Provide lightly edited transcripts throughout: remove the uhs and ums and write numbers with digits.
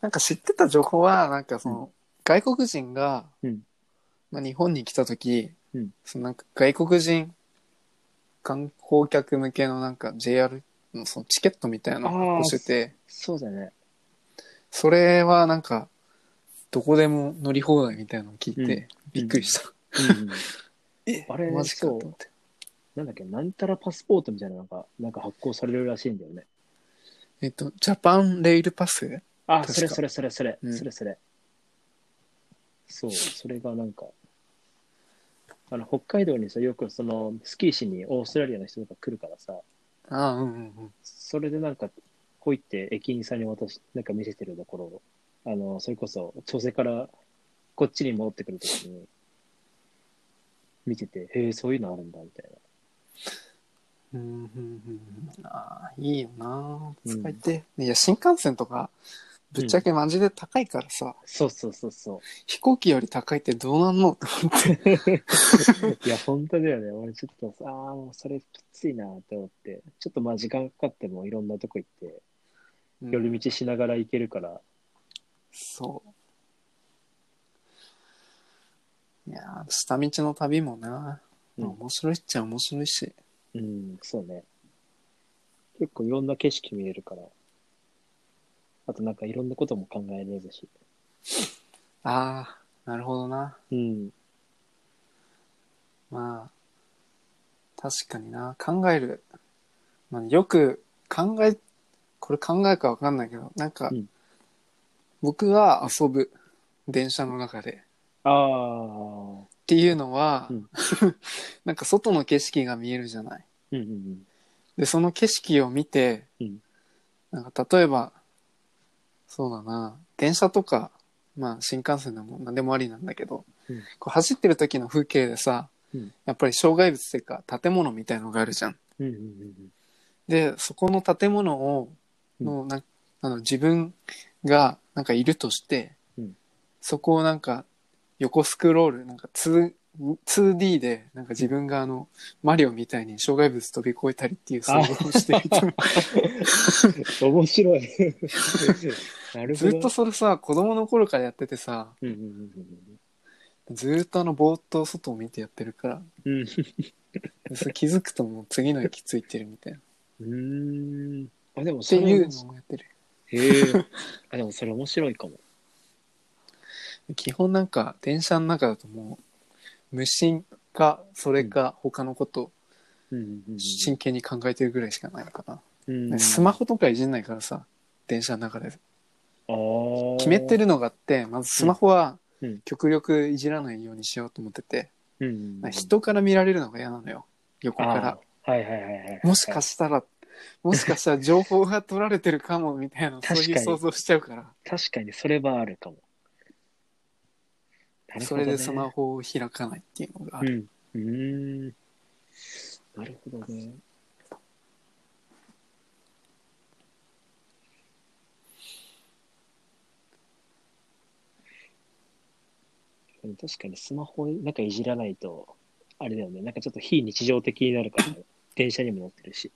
なんか知ってた情報は、なんかその、外国人が、 うんまあ、日本に来た時、 うんそのなんか外国人観光客向けのなんか JR のそのチケットみたいなのを発行ああ、 してて、 そうだね。 それはなんか、どこでも乗り放題みたいなのを聞いうんて、びうんっくりした。 うんうんあれ、 マジかとそ思って。 う、なんだっけ、なんたらパスポートみたいなのが、なんか発行されるらしいんだよね。 ジャパンレイルパスあ、そ確か。 れそれそれそれ、 うん。 それそれ。そう、それがなんか、北海道にさ、よくその、スキーしにオーストラリアの人とか来るからさ、 ああ、うんうんうん。 それでなんか、こう言って駅員さんになんか見せてるところを、それこそ、調整からこっちに戻ってくるときに見てて、へえ、そういうのあるんだ、みたいな。 うんうんうんうん。ああ、いいよな。 うん。 使いて。いや、新幹線とか、ぶっちゃうん。 けマジで高いからさ、 そうそうそうそ飛行機より高いってどうなんのって思っう。 て。 いや、本当だよね。俺ちょっとさ、もうそれきついなって思って、ちょっとまあ時間かかってもいろんなとこ行って、 うん。 寄り道しながら行けるから、 そう。いやー、下道の旅もな、 うん。 面白いっちゃ面白いし。 うん、そうね。結構いろんな景色見れるから、あとなんかいろんなことも考えれるし。 ああ、なるほどな。 うん。 まあ、確かにな。考える。まあ、よくこれ考えかわかんないけど、なんか、 うん。 僕は遊ぶ。電車の中で。 ああ、 っていうのは、 うん。 なんか外の景色が見えるじゃない。 うんうんで、その景色を見て、 うん。うん。 なんか例えば、そうだな、電車とか、まあ新幹線でも何でもありなんだけど、 うん。 こう走ってる時の風景でさ、 うん。 やっぱり障害物っていうか建物みたいのがあるじゃん。 うんうんうんで、そこの建物を、 うん。 自分がなんかいるとして、 うん。 そこをなんか横スクロール、なんか 2D で、なんかうん。 自分がマリオみたいに障害物飛び越えたりっていう想あ、 像をしてみても、 面白い。なるほずっとど。 それさ、子供の頃からやっててさ、 うんうんずっとぼーっと外を見てやってるから、 うんうん。 それ気づくともう次の駅ついてるみたいな。っうん。うーん。あ、でもていうのをやってる。 へえ。あ、でもそれ面白いかも。 基本なんか電車の中だともう無心か、そうん。 れか他のことうんうん真剣に考えてるぐらいしかないかうんうな。 ん。 スマホとかいじんないからさ、電車の中で。 ああ。 決めてるのがあって、まずスマうん。 ホはうん。 極力いじらないようにしようと思ってて、 うん。 人から見られるのが嫌なのよ。横から。 ああ。はいはいはいはいもしはい。 かしたら、もしかしたら情報が取られてるかもみたいな、そう確かに、 いう想像しちゃうから、 確かにそれはあるかも。なるそほれでスマどね。 ホを開かないっていうのがある。 うん。うーん。なるほどね。確かにスマホなんかいじらないと、あれだよね。なんかちょっと非日常的になるからね。電車にも乗ってるし。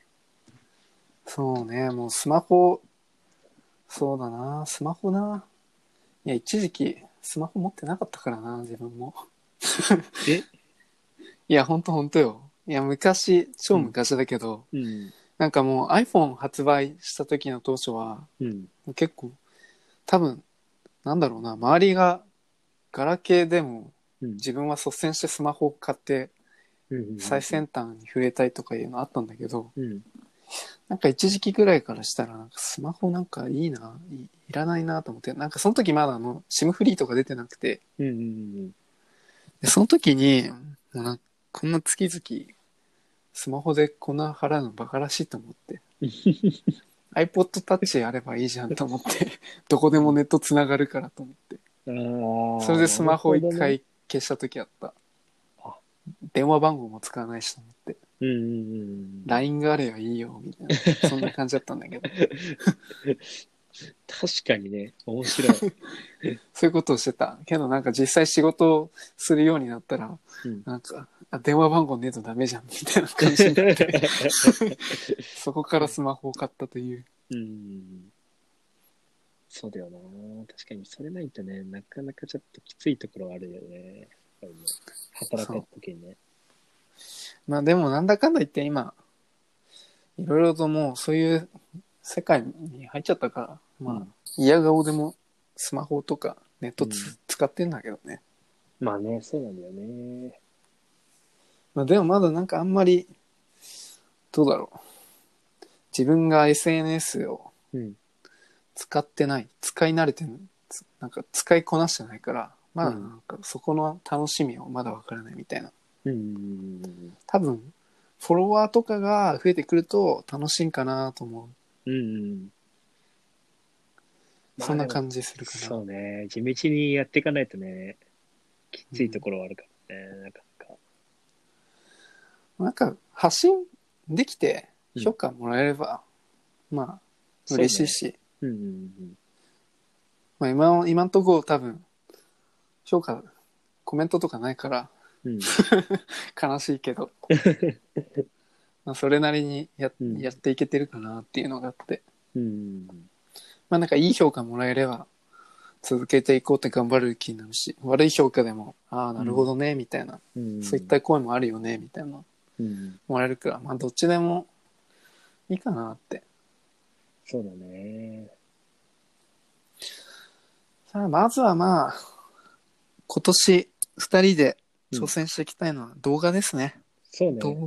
そうね、もうスマホ、そうだな、スマホな。いや、一時期スマホ持ってなかったからな、自分も。 えいや、ほんとほんとよ。いや、昔、超うん。 昔だけど、 うん。 なんかもう iPhone 発売した時の当初は、 うん。 結構、多分、なんだろうな、周りがガラケーでも、 うん。 自分は率先してスマホを買ってうん。 最先端に触れたいとかいうのあったんだけど、 うん。 なんか一時期ぐらいからしたらなんかスマホなんかいいな、いらないなと思って、なんかその時まだSIM フリーとか出てなくて、 うん。うん。 でその時に、もうなんかこんな月々スマホでこんな払うのバカらしいと思って、iPod Touch あればいいじゃんと思って、どこでもネットつながるからと思って、 ああ、 それでスなるマホほどね。 一回消した時あった。 あ、 電話番号も使わないしと思って。 うん。 LINE があればいいよ、みたいな。そんな感じだったんだけど。 確かにね、面白い。 そういうことをしてた。けどなんか実際仕事をするようになったら、 うん。 なんか、電話番号ねえとダメじゃん、みたいな感じになって、そこからスマホを買ったという。 うん。 そうだよな。確かにそれないとね、なかなかちょっときついところはあるよね。やっぱりね、働く時にね。 まあでもなんだかんだ言って今、いろいろともうそういう世界に入っちゃったから、まあ、嫌顔でもスマホとかネット使ってんだけどね。 まあね、そうなんだよね。 まあでもまだなんかあんまり、どうだろう。自分が SNS を使ってない、使い慣れてなんか使いこなしてないから、まだなんかそこの楽しみをまだわからないみたいな。多分、フォロワーとかが増えてくると楽しいんかなと思う。そんな感じするかな。 そうね。地道にやっていかないとね、きついところはあるからね、なかなか。 なんか発信できて評価もらえれば、まあ嬉しいし、まあ今んとこ多分評価コメントとかないから、悲しいけど、まあそれなりにやっていけてるかなっていうのがあって、まあなんかいい評価もらえれば続けていこうって頑張る気になるし、悪い評価でもああなるほどねみたいな、そういった声もあるよねみたいなもらえるから、まあどっちでもいいかなって。 そうだね。 さあまずはまあ今年2人で挑戦していきたいのは動画ですね。 そうね。 動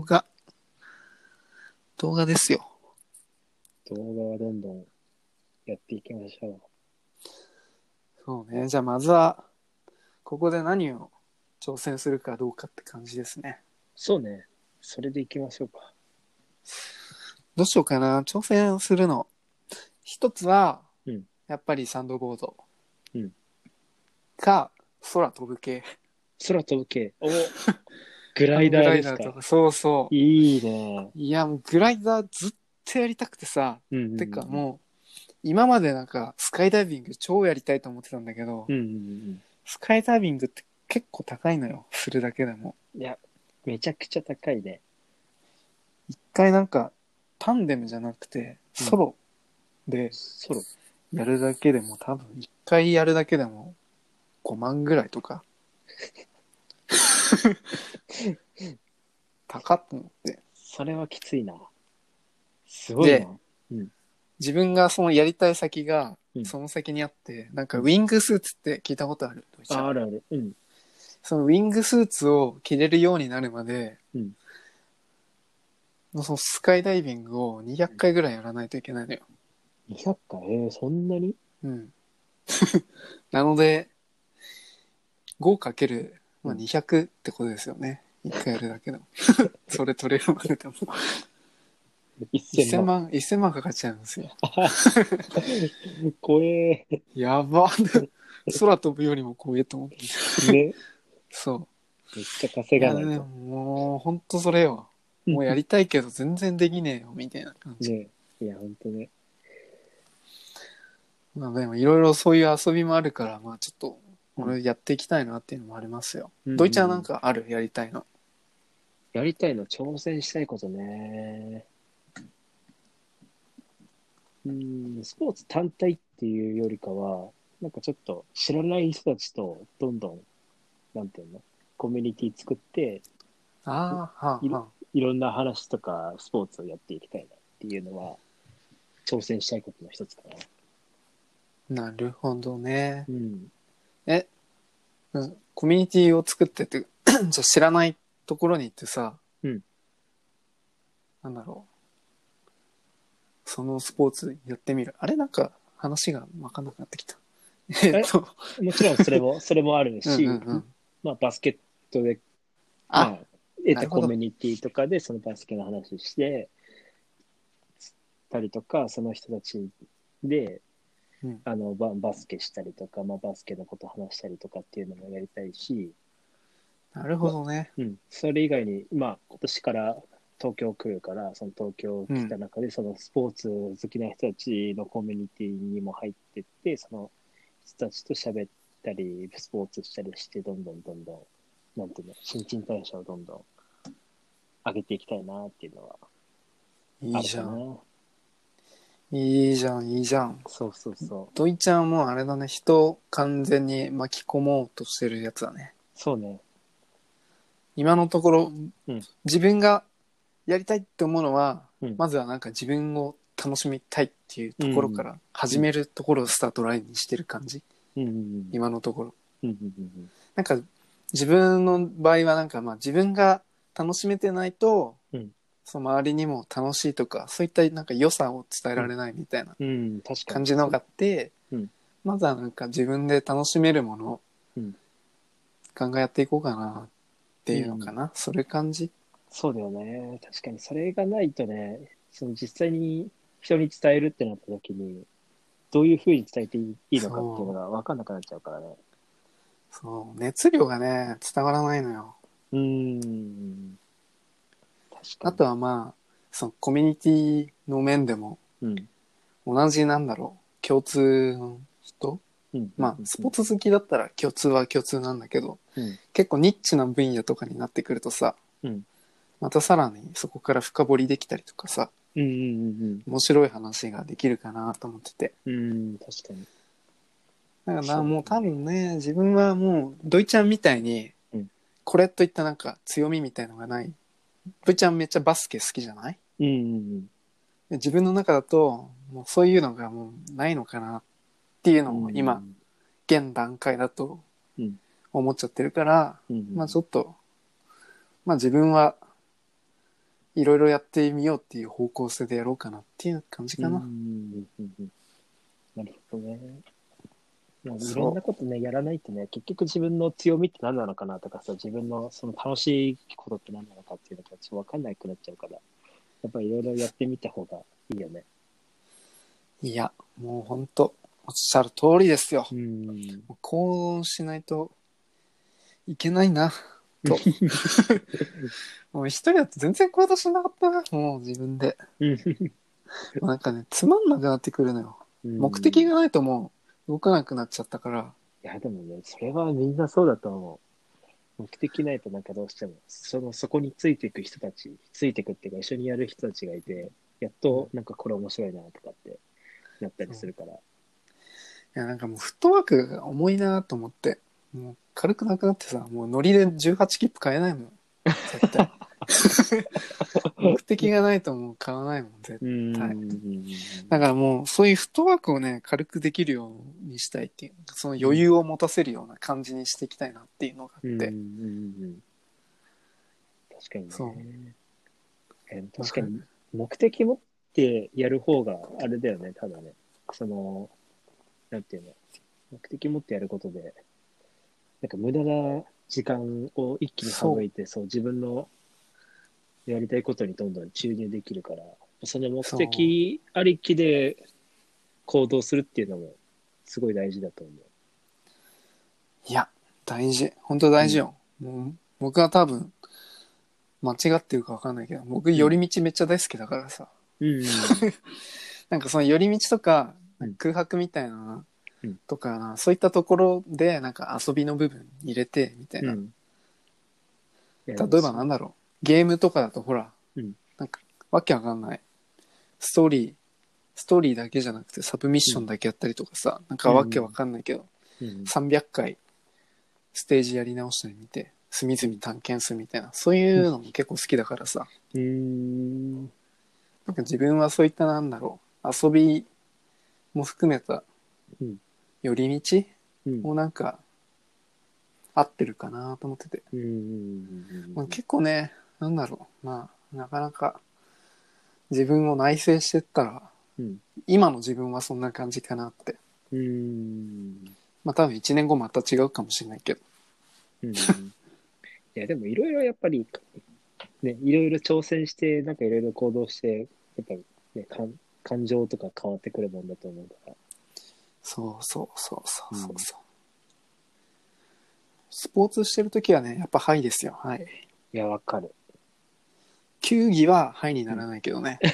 画ですよ。 動画はどんどんやっていきましょう。 そうね。じゃあまずはここで何を挑戦するかどうかって感じですね。 そうね。それでいきましょうか。 どうしようかな。挑戦するの。一つは、やっぱりサンドボード。か、空飛ぶ系。 空飛ぶ系。おグライダーですか。 とか、そうそう。 いいね。 いや、もうグライダーずっとやりたくてさ。てかもう、今までなんかスカイダイビング超やりたいと思ってたんだけど、スカイダイビングって結構高いのよ。するだけでも。 いや、めちゃくちゃ高いね。 一回なんか、タンデムじゃなくて、ソロでやるだけでも多分、一回やるだけでも5万ぐらいとか。高っと思って。 それはきついな。すごいな。 自分がそのやりたい先が、その先にあって、なんかウィングスーツって聞いたことある？ あるある。 そのウィングスーツを着れるようになるまで、そのスカイダイビングを200回ぐらいやらないといけないのよ。 200回？そんなに？ なので、5×200 ってことですよね。1回やるだけでも。それ取れるまででも。1000万かかっちゃうんですよ。 怖え。 やば。空飛ぶよりも怖えと思って。ね。そう。 めっちゃ稼がないと。 もう、ほんとそれよ。もうやりたいけど全然できねえよ、みたいな感じ。 ね。いや、ほんとね。 まあでもいろいろそういう遊びもあるから、まあちょっと、俺やっていきたいなっていうのもありますよ。ドイちゃんなんかある？やりたいの。 やりたいの、挑戦したいことね。スポーツ単体っていうよりかは、なんかちょっと知らない人たちとどんどん、なんていうの、コミュニティ作って、いろんな話とかスポーツをやっていきたいなっていうのは、挑戦したいことの一つかな。なるほどね。コミュニティを作ってて、じゃあ知らないところに行ってさ、なんだろう。そのスポーツやってみる。あれなんか話が分かんなくなってきた。 もちろんそれもあるし、まあバスケットで、まあ、得たコミュニティとかでそのバスケの話してたりとか、その人たちで、バスケしたりとか、まあバスケのこと話したりとかっていうのもやりたいし、 なるほどね。 それ以外に、まあ今年から東京来るから、その東京来た中で、そのスポーツ好きな人たちのコミュニティにも入ってって、その人たちと喋ったり、スポーツしたりして、どんどん、なんていうの、新陳代謝をどんどん上げていきたいなっていうのはあるかな。 いいじゃん、いいじゃん。 そうそうそう。 土井ちゃんはもうあれだね、人を完全に巻き込もうとしてるやつだね。 そうね。 今のところ、 うん。 自分がやりたいって思うのは、 うん。 まずはなんか自分を楽しみたいっていうところかうんら始めるところをスタートラインにしてる感じ。 うんうん。 今のところ。 うんうんうんなんか自分の場合はなんかまあ自分が楽しめてないと、 うん。 その周りにも楽しいとか、そういったなんか良さを伝えられないみたいなうん。うん。確かに。 感じのがあって、 うん。 まずはなんか自分で楽しめるものをうん。 考えていこうかなっていうのうん。 かな。それ感じ。 そうだよね。確かにそれがないとね、その実際に人に伝えるってなった時に、どういうふうに伝えていいのかっていうのそう。 が分かんなくなっちゃうからね。 そう。熱量がね、伝わらないのよ。 うーん。確かに。 あとはまあ、そのコミュニティの面でもうん。 同じなんだろう。共通の人、 うん。うん。 まあ、スポーツ好きだったら共通は共通なんだけど、 うん。 結構ニッチな分野とかになってくるとさ、 うん。 またさらにそこから深掘りできたりとかさ、 うん。うん。 面白い話ができるかなと思ってて。 うん。確かに。 だからな、 そうもう多だね。 分ね、自分はもう、ドイちゃんみたいに、 うん。 これといったなんか強みみたいのがない。ドイちゃんめっちゃバスケ好きじゃない？ うん。 で自分の中だと、もうそういうのがもうないのかなっていううのを今、 ん。 現段階だとうん。 思っちゃってるから、 うん。 まあちょっと、まあ自分はいろいろやってみようっていう方向性でやろうかなっていう感じうん。 かな。 うん。なるほどね。まあいろんそなことね、やらないとね、結局自分の強みって何なのかなとかさ、自分のその楽しいことって何なのかっていうのがちょっと分かんなくなっちゃうから、やっぱりいろいろやってみた方がいいよね。 う。いや、もうほんと、おっしゃる通りですよ。 うん。 行動しないといけないな、と。もう一人だと全然行動しなかったな、もう自分で。 うん。 もうなんかね、つまんなくなってくるのよ。 う目的ん。 がないともう動かなくなっちゃったから。 いや、でもね、それはみんなそうだと思う。目的ないとなんかどうしても、そこについていく人たち、ついていくっていうか一緒にやる人たちがいて、やっとなんかこれ面白いなとかってなったりそういするから。 や、なんかもうフットワークが重いなと思って。もう軽くなくなってさ、もうノリで18切符買えないもん。絶対。目的がないともう買わないもん、絶う対。 ん。 だからもうそういうフットワークをね、軽くできるようにしたいっていう、その余裕を持たせるような感じにしていきたいなっていうのがあうん。うって。 ん。確かにそう。 ね。 わかる。 確かに目的持ってやる方があれだよね、ただね。その、なんていうの、目的持ってやることで、なんか無駄な時間を一気に省そいて、そう、自分のやりたいことにどんどん注入できるから、その目う、そ的ありきで行動するっていうのも、すごい大事だと思う。いや、大事。本当う。うん。 大事よ。もう僕は多分、間違ってるかわかんないけど、僕うん。 寄り道めっちゃ大好きだからさ。 うん。 なんかその寄り道とか、 うん。 空白みたいなうん。 とか、そういったところでなんか遊びの部分入れてみたいな。 うん。いや、でも例えばなんだろう。ゲームとかだとほら、 うん。 なんかわけわかんない。ストーリーだけじゃなくてサブミッうん。 ションだけやったりとかさ、なんうん。 かわけわかんないけど、 うん。 300回ステージやり直したり見て、隅うん。 々探検するみたいな、そういうのも結構好きだからさ、 うん。 なんか自分はそういったなんだろう、遊びも含めたうん。 寄り道うん。 もなんか合ってるかなと思ってて。 うん。 まあ、結構ね、なんだろう、まあ、なかなか自分を内省してったら、 うん。 今の自分はそんな感じかなって。 うん。 まあ多分1年後また違うかもしれないけど。 うん。いや、でもいろいろやっぱり、ね、いろいろ挑戦して、なんかいろいろ行動して、やっぱりね、感情とか変わってくるもんだと思うから。 そうそうそうそううん。 そうそう。スポーツしてるときはね、やっぱハイですよ。はい。 いや、わかる。 球技はハイになうん。 らないけどね。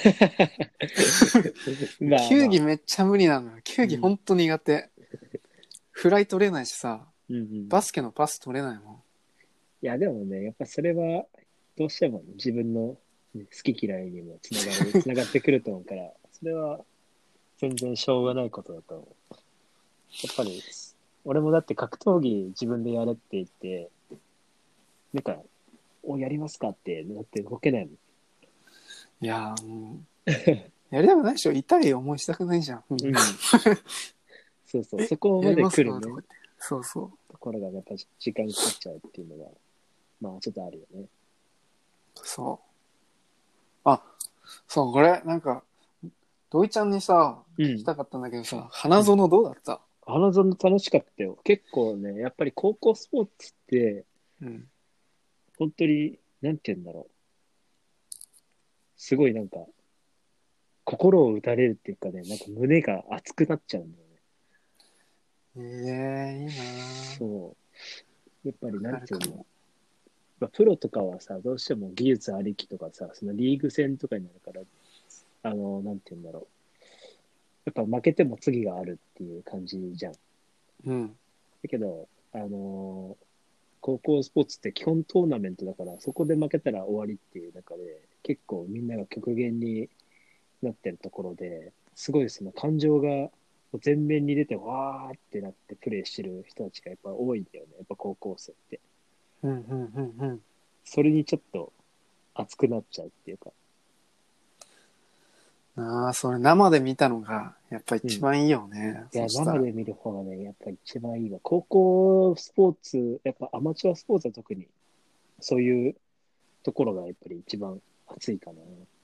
まあまあ。 球技めっちゃ無理なのよ。球うん。 技ほんと苦手。フライ取れないしさ、 うん。うん。 バスケのパス取れないもん。 いや、でもね、やっぱそれは、どうしても自分の、ね、好き嫌いにもつながってくると思うから、それは全然しょうがないことだと思う。やっぱり、俺もだって格闘技自分でやれって言って、なんか、やりますかってなって動けないもん。 いやーもう、やりたくないでしょ。痛い思いしたくないじゃん。みんな。 そうそう、そこやりますまで来るね、 かとか言って。そうそう。 ところがやっぱ時間かかっちゃうっていうのが、まあちょっとあるよね。 そう。あ、そう、これ、なんか、土井ちゃんにさ、聞きたかったんだけどさ、花園どうだった？ 花園楽しかったよ。結構ね、やっぱり高校スポーツって、 うん。 本当に、なんて言うんだろう。すごいなんか、心を打たれるっていうかね、なんか胸が熱くなっちゃうんだよね。 いいなぁ。 そう。やっぱりなんていうの、 あるかも。 まあ、プロとかはさ、どうしても技術ありきとかさ、そのリーグ戦とかになるから、なんて言うんだろう。やっぱ負けても次があるっていう感じじゃん。 うん。 だけど、高校スポーツって基本トーナメントだから、そこで負けたら終わりっていう中で、結構みんなが極限になってるところで、すごいその感情が前面に出て、わーってなってプレーしてる人たちがやっぱ多いんだよね。やっぱ高校生って。 うん、うん、うん、 それにちょっと熱くなっちゃうっていうか。 うん。ああ、それ生で見たのが、やっぱうん。 一番いいよね。 いや、 そしたら。 生で見る方がね、やっぱり一番いいわ。高校スポーツ、やっぱアマチュアスポーツは特に、そういうところがやっぱり一番熱いかな。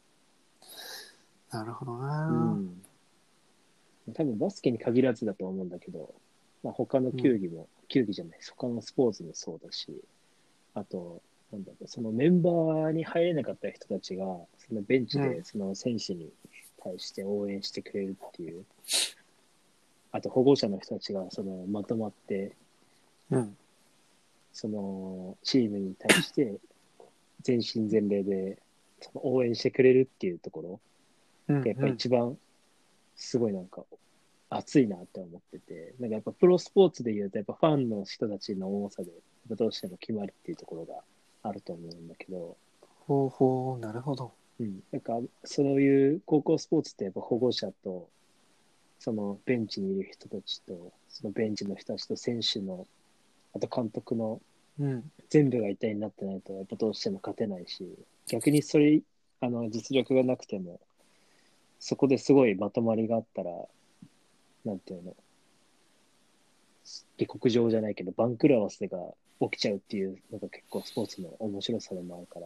なるほどうな。 ん。多分バスケに限らずだと思うんだけど、まあ、他のうん。 球技も、球技じゃない、他のスポーツもそうだし、あと、なんだろう、そのメンバーに入れなかった人たちが、そのベンチうん。 でその選手に対して応援してくれるっていう、あと保護者の人たちがそのまとまって、 うん。 そのチームに対して全身全霊でその応援してくれるっていうところうん。 がやっぱうん。 一番すごいなんか熱いなって思ってて、なんかやっぱプロスポーツで言うとやっぱファンの人たちの多さでどうしても決まるっていうところがあると思うんだけど、 ほうほう、なるほど。 うん、なんかそういう高校スポーツってやっぱ保護者とそのベンチにいる人たちとそのベンチの人たちと選手のあと監督のうん。 全部が一体になってないとやっぱどうしても勝てないし、逆にそれ実力がなくてもそこですごいまとまりがあったら、なんていうの、下克上じゃないけど、番狂わせが起きちゃうっていうのが結構スポーツの面白さでもあるから、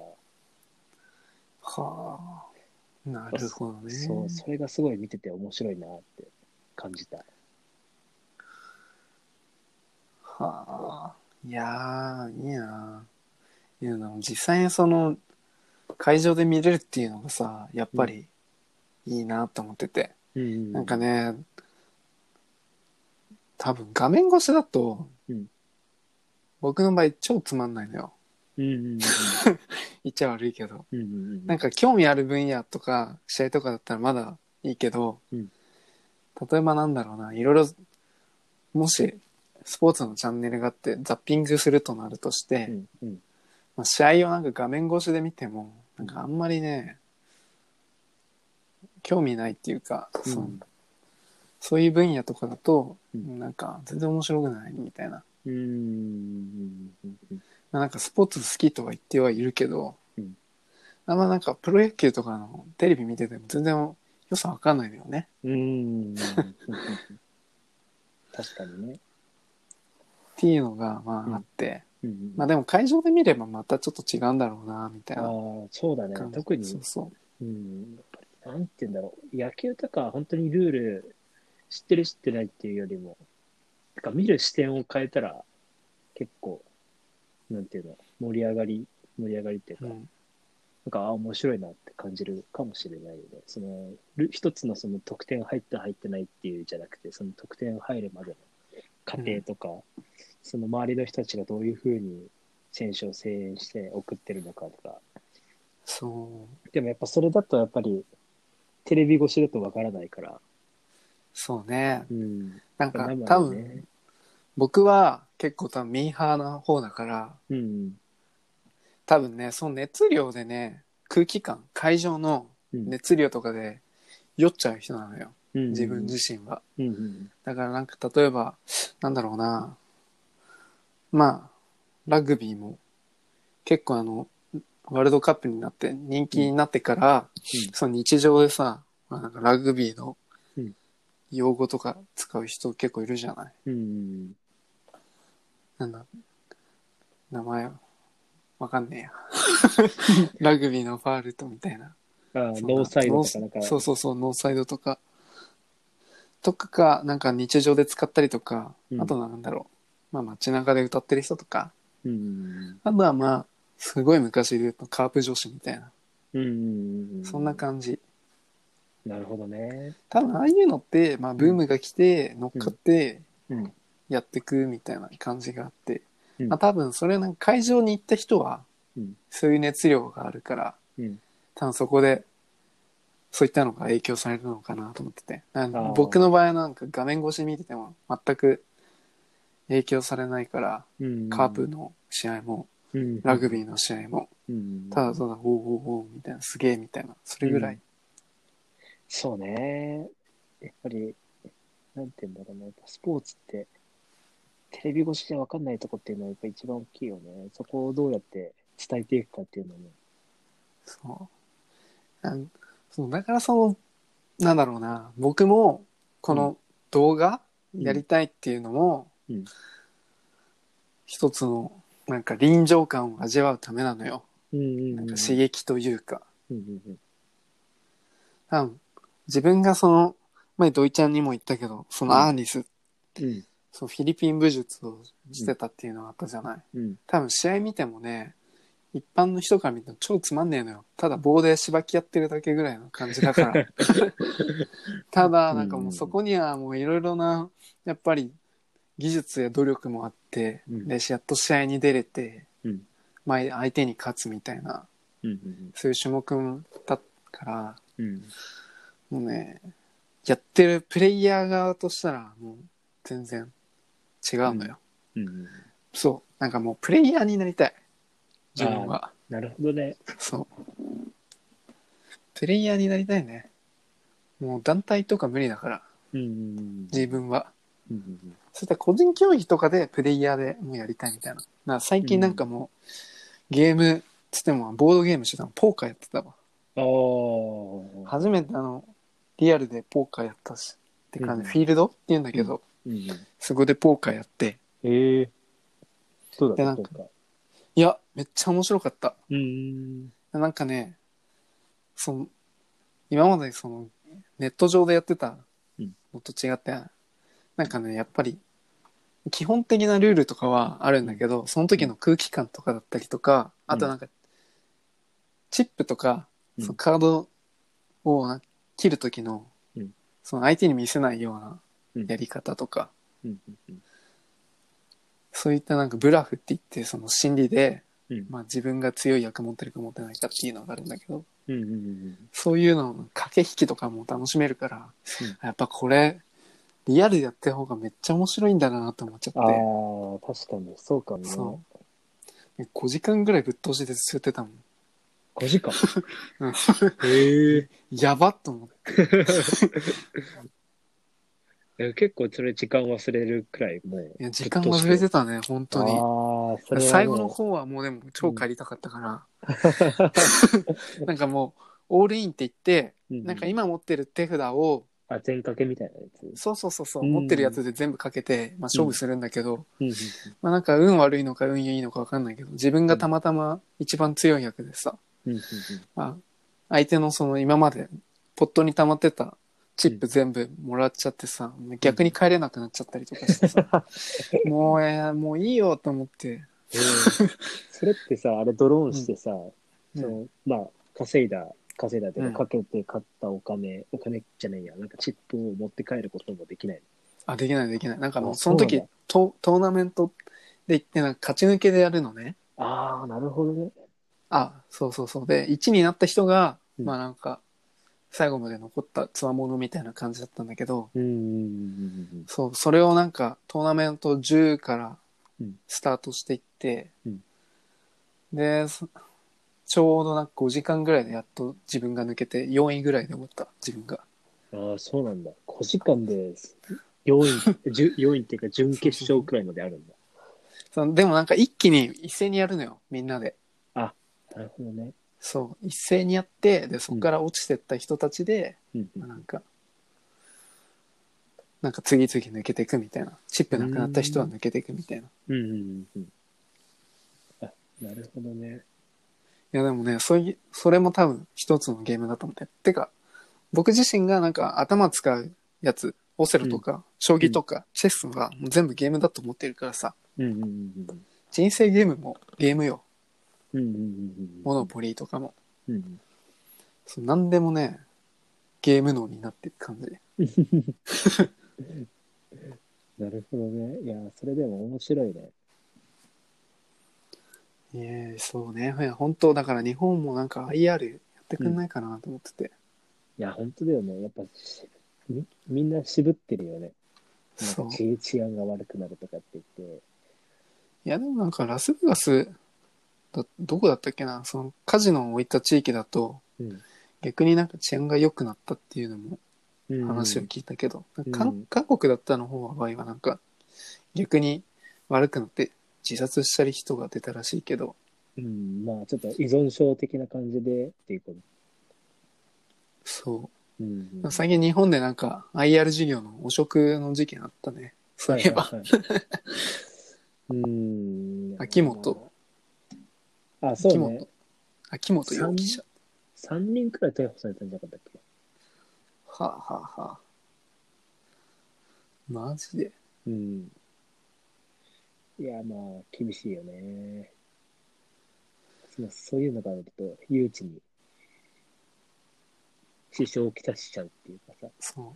はあ。なるほどそう、 ね。 それがすごい見てて面白いなって感じた。 はあ。いやー、いいな。いや、実際にその、会場で見れるっていうのがさ、やっうん。 ぱりいいなと思ってて。 うなんかん。 ね、多分画面越しだと、 うん。 僕の場合超つまんないのよ。 うん。うん。 言っちゃ悪いけど。 うん。うん。 なんか興味ある分野とか、試合とかだったらまだいいけど、 うん。 例えばなんだろうな、いろいろ、もし、スポーツのチャンネルがあってザッピングするとなるとして、 うん。うん。 まあ、試合をなんか画面越しで見ても、 うん。 なんかあんまりね、興味ないっていうか、そういう分野とかだと、 うん。 なんか全然面白くないみたいな。 うん。 まあ、なんかスポーツ好きとは言ってはいるけど、 うん。 あんまなんかプロ野球とかのテレビ見てても全然良さわかんないのよね。 うん。確かにね。 っていうのがまああっうん。 て、 うん。 まあでも会場で見ればまたちょっと違うんだろうな、みたいああなー、そうだね。 感じ。 特に、 そうそうん。やっぱり、なんて言うんだろう。野球とか本当にルール知ってる知ってないっていうよりも、なんか見る視点を変えたら結構、なんていうの、盛り上がりっていうう。うか、 ん。 なんか、面白いなって感じるかもしれないよね。一つのその得点入った入ってないっていうじゃなくて、その得点入るまでの過うん。 程とか、その周りの人たちがどういうふうに選手を声援して送ってるのかとか。 そう。 でもやっぱそれだとやっぱりテレビ越しだとわからないから、 そうね。 うん。やっなんかぱ生多分、 でね、 僕は結構多分ミーハーな方だから、 うん。 多分ね、その熱量でね、空気感、会場のうん。 熱量とかで酔っちゃう人なのよ。 自分自身は。 うんうん。 だからなんか例えば、なんだろうな。まあ、ラグビーも結構ワールドカップになって人気になってから、その日常でさ、まあ、なんかラグビーの用語とか使う人結構いるじゃない。 うん。 なんだ、名前わかんねえや。ラグビーのファールトみたいな。 ああ、 そんなノーサイドとかなんか。 そうそうそう、ノーサイドとか。とかなんか日常で使ったりとか、あとなんだろう。まあ街中で歌ってる人とか。 うん。 あとはまあ、すごい昔で言うとカープ女子みたいな。 うん。 そんな感じ。 なるほどね。 多分ああいうのって、まあブームが来て乗っかってやってくみたいな感じがあって。まあ多分それなんか会場に行った人は、そういう熱量があるから、多分そこでそういったのが影響されるのかなと思ってて。僕の場合はなんか画面越し見てても全く影響されないから、カープの試合も、ラグビーの試合も、ただただ、おーおーおーみたいな、すげえみたいな、それぐらい。 そうね。やっぱり、なんて言うんだろうね。スポーツって、テレビ越しじゃ分かんないとこっていうのはやっぱ一番大きいよね。そこをどうやって伝えていくかっていうのも。 そうだからなんだろうな、僕もこの動画やりたいっていうのも、一つのなんか臨場感を味わうためなのよ。なんか刺激というか。多分自分が前土井ちゃんにも言ったけど、そのアーニス、そうフィリピン武術をしてたっていうのがあったじゃない。多分試合見てもね、一般の人から見ても超つまんねえのよ。ただ棒でしばきやってるだけぐらいの感じだから。ただ、なんかもうそこにはもういろいろな、やっぱり技術や努力もあって、で、やっと試合に出れて、相手に勝つみたいな、そういう種目だから、もうね、やってるプレイヤー側としたらもう全然違うのよ。そう。なんかもうプレイヤーになりたい。自分は。 なるほどね。 そう。プレイヤーになりたいね。もう団体とか無理だから。自分は。そしたら個人競技とかでプレイヤーでもうやりたいみたいな。最近なんかもう、ゲームつってもボードゲームしてたの。ポーカーやってたわ。初めてリアルでポーカーやったし。って感じ。フィールドって言うんだけど、そこでポーカーやって。 どうだった？ いや、めっちゃ面白かった。なんかね、今までネット上でやってたのと違って、なんかね、やっぱり、基本的なルールとかはあるんだけど、その時の空気感とかだったりとか、あとなんか、チップとか、そのカードを切る時の、その相手に見せないようなやり方とか、そういったなんかブラフって言って、その心理で、まあ自分が強い役持ってるか持ってないかっていうのがあるんだけど、そういうのの駆け引きとかも楽しめるから、やっぱこれ、リアルでやってる方がめっちゃ面白いんだなと思っちゃって。 確かに、そうかもね。 そう。5時間ぐらいぶっ通しでずっとやってたもん。 5時間やばっと思って。 結構それ時間忘れるくらいもう。 いや、時間忘れてたね、本当に。 それは最後の方はもうでも超帰りたかったから。なんかもう、オールインって言って、なんか今持ってる手札を、 全掛けみたいなやつ。 そう、持ってるやつで全部かけて、まあ勝負するんだけど、まあなんか運悪いのか運いいのか分かんないけど、自分がたまたま一番強い役でさ、まあ、相手の今までポットに溜まってたチップ全部もらっちゃってさ、逆に帰れなくなっちゃったりとかしてさ、もういいよと思って。 それってさ、あれドローンしてさ、まあ、稼いだっていうか、かけて買ったお金じゃないや、なんかチップを持って帰ることもできない。 できない。なんかもうその時トーナメントで行ってなんか勝ち抜けでやるのね。 なるほどね。 そう。で、1になった人が、まあなんか、最後まで残った強者みたいな感じだったんだけど、それをなんかトーナメント10からスタートしていって、で、ちょうどなんか5時間ぐらいでやっと自分が抜けて4位ぐらいで終わった、自分が。 ああ、そうなんだ。5時間で4位、4位っていうか準決勝くらいまであるんだ。 でもなんか一気に一斉にやるのよ、みんなで。 あ、なるほどね。 そう、一斉にやって、で、そこから落ちてった人たちで、 うんうんなんか次々抜けていくみたいな。チップなくなった人は抜けていくみたいな。 うんうんうんうん。あ、なるほどね。 いやでもね、それも多分一つのゲームだと思って。てか、僕自身がなんか頭使うやつ、オセロとか、将棋とか、チェスがもう全部ゲームだと思ってるからさ、 うんうんうん人生ゲームもゲームよ。 うんうんうんうんモノポリーとかも。 うんうんそう何でもね、ゲーム脳になってる感じ。 なるほどね。いや、それでも面白いね。 そうね。いや本当だから日本もなんか IR やってくんないかなと思ってて。 いや、本当だよね。やっぱみんな渋ってるよね。なんかそう。 治安が悪くなるとかって言って。 いやでもなんかラスベガスどこだったっけな、そのカジノを置いた地域だと、 うん逆になんか治安が良くなったっていうのもうん話を聞いたけど、 うん韓国だったの方は場合はなんか逆に悪くなって自殺したり人が出たらしいけど、 うん、まあちょっと依存症的な感じでっていうこと。 そうんうう。 ん、 最近日本でなんか IR 事業の汚職の事件あったね。そういえば。 はいはいはい。 秋元、 あ、そうね。 秋元、秋元容疑者。 3人くらい逮捕されたんじゃなかったっけ。 はあ、はあはあ、マジで。 うん。いや、まあ、厳しいよね。そういうのがあると、誘致に支障をきたしちゃうっていうかさ。 そう。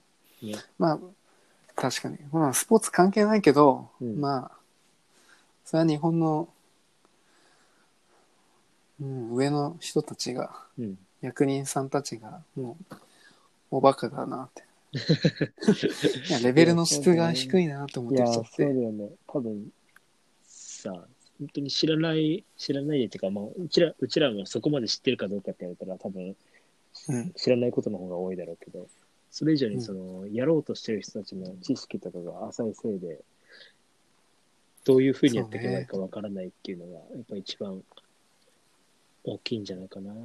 ね。 まあ、確かに。まあ、スポーツ関係ないけど、 うん。 まあ、それは日本の、上の人たちが、 うん。 役人さんたちが、もう、おバカだなって。いや、レベルの質が低いなと思ってきちゃいや、 って。 そうだよね。多分、さ、本当に知らないでっていうか、まあ、うちらもそこまで知ってるかどうかって言われたら、多分、 うん。 知らないことの方が多いだろうけど、それ以上にうん。 やろうとしてる人たちの知識とかが浅いせいで、どういうふうにやっていけばいいそうね。 かわからないっていうのが、やっぱ一番大きいんじゃないかな。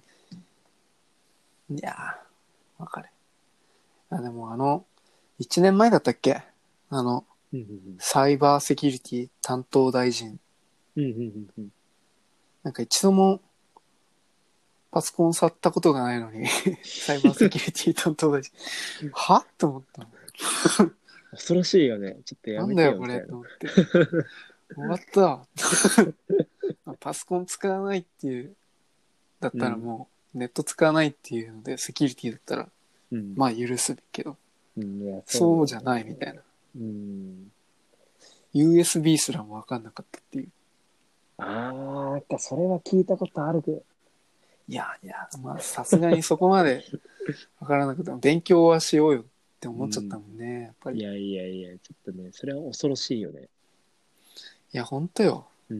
いやー、わかる。でも1年前だったっけ、 うんうんサイバーセキュリティ担当大臣。 うんうんうんうんなんか一度もパソコン触ったことがないのにサイバーセキュリティ担当大臣。はと思ったの。 恐ろしいよね。ちょっとやめてなんだよよみたいな。 これと思って。終わった。パソコン使わないっていう、だったらもう、ネット使わないっていうので、セキュリティだったら、 うん。 まあ許すけど、 うん。いや、そうだよね。 そうじゃないみたいな。 うん。 USB すらも分かんなかったっていう。 ああ、なんかそれは聞いたことあるけど。 いやいや、まあさすがにそこまで分からなくても、勉強はしようよって思っちゃったもんね、やっぱり。いいやいやいや、ちょっとね、それは恐ろしいよね。 や、ほんとよ。 うん。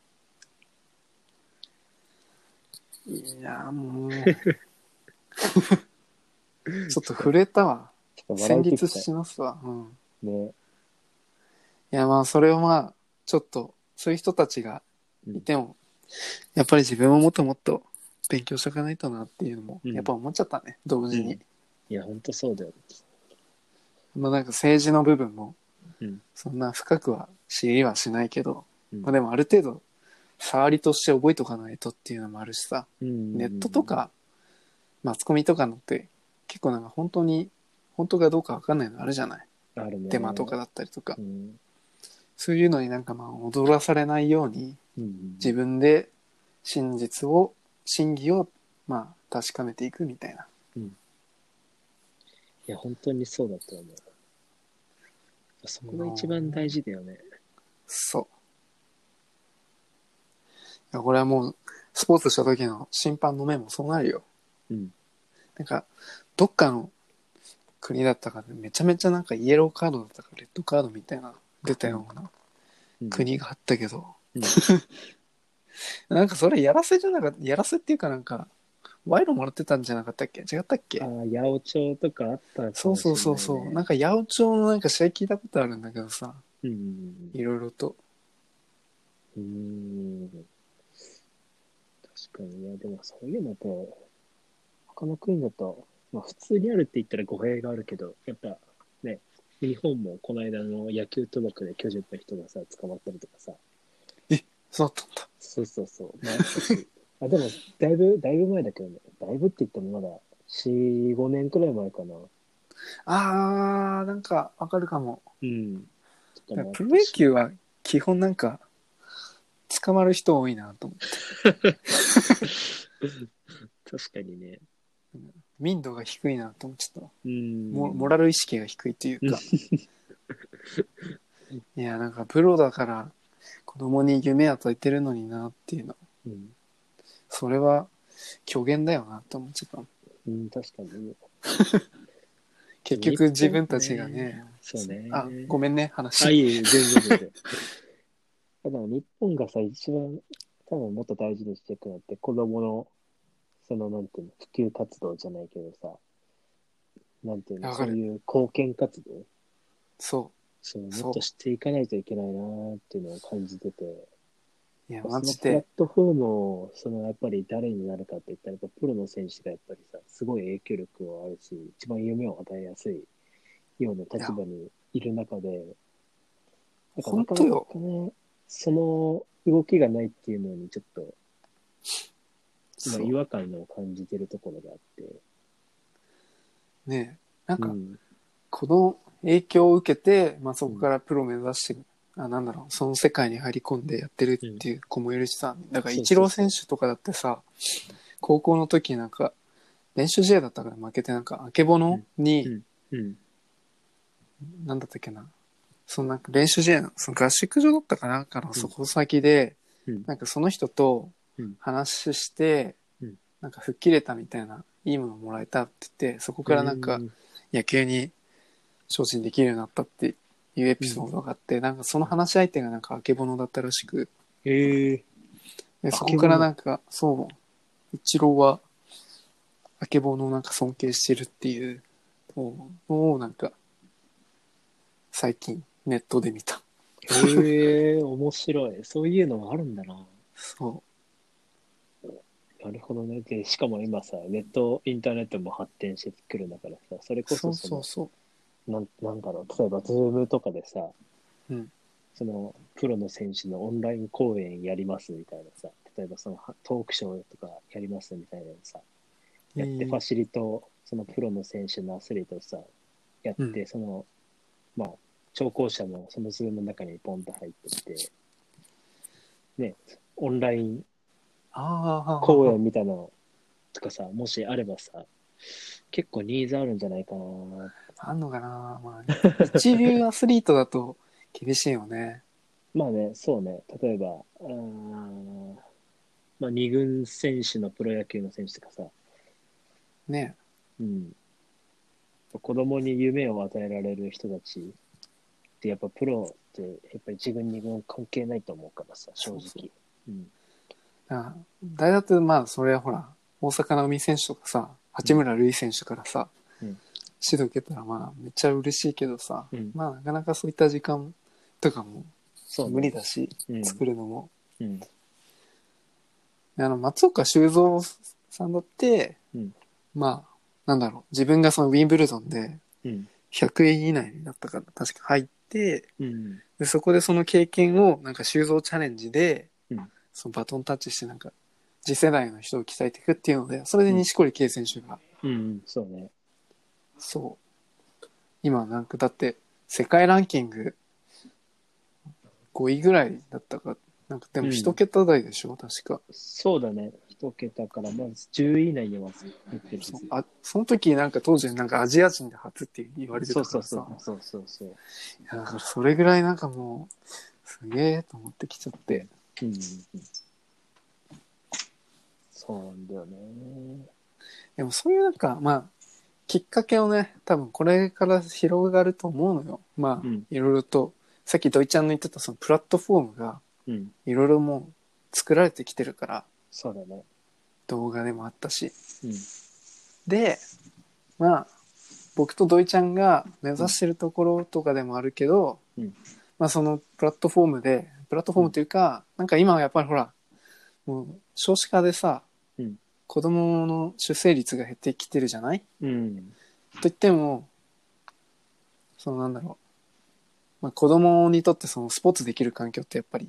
いや、もう、ちょっと震えたわ。 ちょっと笑戦いてきた。 慄しますわ。うん。 ね。 いや、まあ、それをまあ、ちょっと、そういう人たちがいても、やっぱり自分ももっともっと勉強しとかないとなっていうのも、やっぱ思っちゃったね、同時に。 いや、ほんとそうだよ。 まあなんか政治の部分も、 うん。 そんな深くは知りはしないけど、 うんまあでもある程度、触りとして覚えとかないとっていうのもあるしさ、 うんネットとか、マスコミとかのって結構なんか本当かどうかわかんないのあるじゃない。 あるね。 デマとかだったりとか。 うん。 そういうのになんかまあ踊らされないように、自分で真偽をまあ確かめていくみたいな。 いや、本当にそうだと思う。そこが一番大事だよね。 そう。いや、これはもう、スポーツした時の審判の目もそうなるよ。 うん。 なんか、どっかの国だったかでめちゃめちゃなんかイエローカードだったかレッドカードみたいな出たような国があったけど、 うん。 なんかそれやらせじゃなかった、やらせっていうかなんか、 賄賂もらってたんじゃなかったっけ？違ったっけ？ ああ、八百長とかあったかそうそうもしれないね。 そうそう。なんか八百長のなんか試合聞いたことあるんだけどさ、 うん。 いろいろと。 うん。確かに。いや、でもそういうのと、他の国だと、まあ普通にあるって言ったら語弊があるけど、やっぱね、日本もこの間の野球賭博で巨人の人がさ、捕まったりとかさ、 そうだったんだ。 そうそうそう。まあ、あったし。あ、でも、だいぶ前だけどね。だいぶって言ってもまだ、4、5年くらい前かな。 なんかわかるかも。 うん。とかもあっプロたし。 野球は基本なんか捕まる人多いなと思って。 確かにね。 民度が低いなと思っちゃった。 うん。 モラル意識が低いというか。いや、なんかプロだから子供に夢与えてるのになっていうの。 うん。 それは虚言だよなって思っちゃった。 うん、確かに。 結局自分たちがね、 そうね。 ごめんね、 あ、 話。 いえいえ、全然全然。ただ日本がさ、一番多分もっと大事にしていくのって子供の、そのなんていうの、普及活動じゃないけどさ、なんていうの、 わかる。 そういう貢献活動、 そそう、 う、 もっとそしていかないといけないなーっていうのを感じてて、 う。いや、マそのプラッジで、 トフォームを、そのやっぱり誰になるかって言ったら、やっぱプロの選手がやっぱりさ、すごい影響力はあるし、一番夢を与えやすいようないや、 立場にいる中で、なんかなかなかほんとよ。 ね、その動きがないっていうのにちょっと、まあ、 そ違和感を感じてるところがあって、 う。ねえ、なんか、 うん、 この影響を受けて、まあ、そうん、 こからプロ目指して、なんだろう、その世界に入り込んでやってるうん、 っていう子もいるしさ、だからイチローそうそうそう、 選手とかだってさ、高校の時なんか、練習試合だったから負けてなんか、あけぼのうん、うに、 ん、うん、 なんだったっけな、そのなんか練習試合の、その合宿所だったかなんかのうん、 そこ先で、 うん、 なんかその人とうん、 話して、 うん、 なんか吹っ切れたみたいな、いいものもらえたって言って、そこうからなんかん、 野球に精進できるようになったっていうエピソードがあって、なんかその話し相手がなんかあけぼのだったらしく、であそこからなけぼの。 んか、そう、イチローはあけぼのをなんか尊敬してるっていうのをなんか最近ネットで見た。 へえ、面白い。そういうのがあるんだな。 そなるほどね。で、しかも今さ、インターネットも発展してくるんだからさ、それう、そうこそその、 そうそなんだろう、例えば、ズームとかでさ、 う。うん。 その、プロの選手のオンライン講演やりますみたいなさ、例えばその、トークショーとかやりますみたいなのさ、やってファシリと、そのプロの選手のアスリートをさ、やっうん。 て、その、まあ、聴講者もそのズームの中にポンと入ってきて、ね、オンライン講あ演みたいなのとかさ、もしあればさ、結構ニーズあるんじゃないかな。 あ、あんのかな。まあ、一流アスリートだと厳しいよね。 まあね、そうね、例えば、まあ、二軍選手のプロ野球の選手とかさ、 ね。 うん、子供に夢を与えられる人たちってやっぱプロってやっぱり一軍二軍関係ないと思うからさ、正直。 そうそう。 うん、 大だってまあ、それはほら、大坂なおみ選手とかさ、 うん、 八村塁選手からさ、 うん、 指導受けたらまあ、めっちゃ嬉しいけどさ、 うん。 まあ、なかなかそういった時間とかも無そうね。 理だし、 うん、 作るのも。 うん、 松岡修造さんだって、 うん、 まあ、なんだろう、自分がそのウィンブルドンでうん、 100円以内になったから確か入って、 うん、 でそこでその経験をなんか修造チャレンジで、 うん、 そのバトンタッチしてなんか次世代の人を鍛えていくっていうので、それで錦織圭選手が、 うん、そうね。 そう、今なんかだって世界ランキング5位ぐらいだったか、なんかでも一うん、 桁台でしょ、確か。 そうだね。一桁からまず10位以内には入ってるはず。 その時なんか当時なんかアジア人で初って言われてそうたからさ、 そうそう。そうそうそう。 いやだからそれぐらいなんかもう、すげえと思ってきちゃって。 うん、うん、そうなんだよね。 でもそういうなんか、まあ、きっかけをね、多分これから広がると思うのよ。まあ、 うん、 いろいろと、さっき土井ちゃんの言ってたそのプラットフォームが、 うん、 いろいろもう作られてきてるから、 そうだね。 動画でもあったし、 うん。 でまあ僕と土井ちゃんが目指してるところとかでもあるけど、 うんまあそのプラットフォームというか、なんか今はやっぱりほらもう少子化でさ、 うん。 子供の出生率が減ってきてるじゃない。 うん。 と言ってもそのなんだろう、まあ、子供にとってそのスポーツできる環境ってやっぱり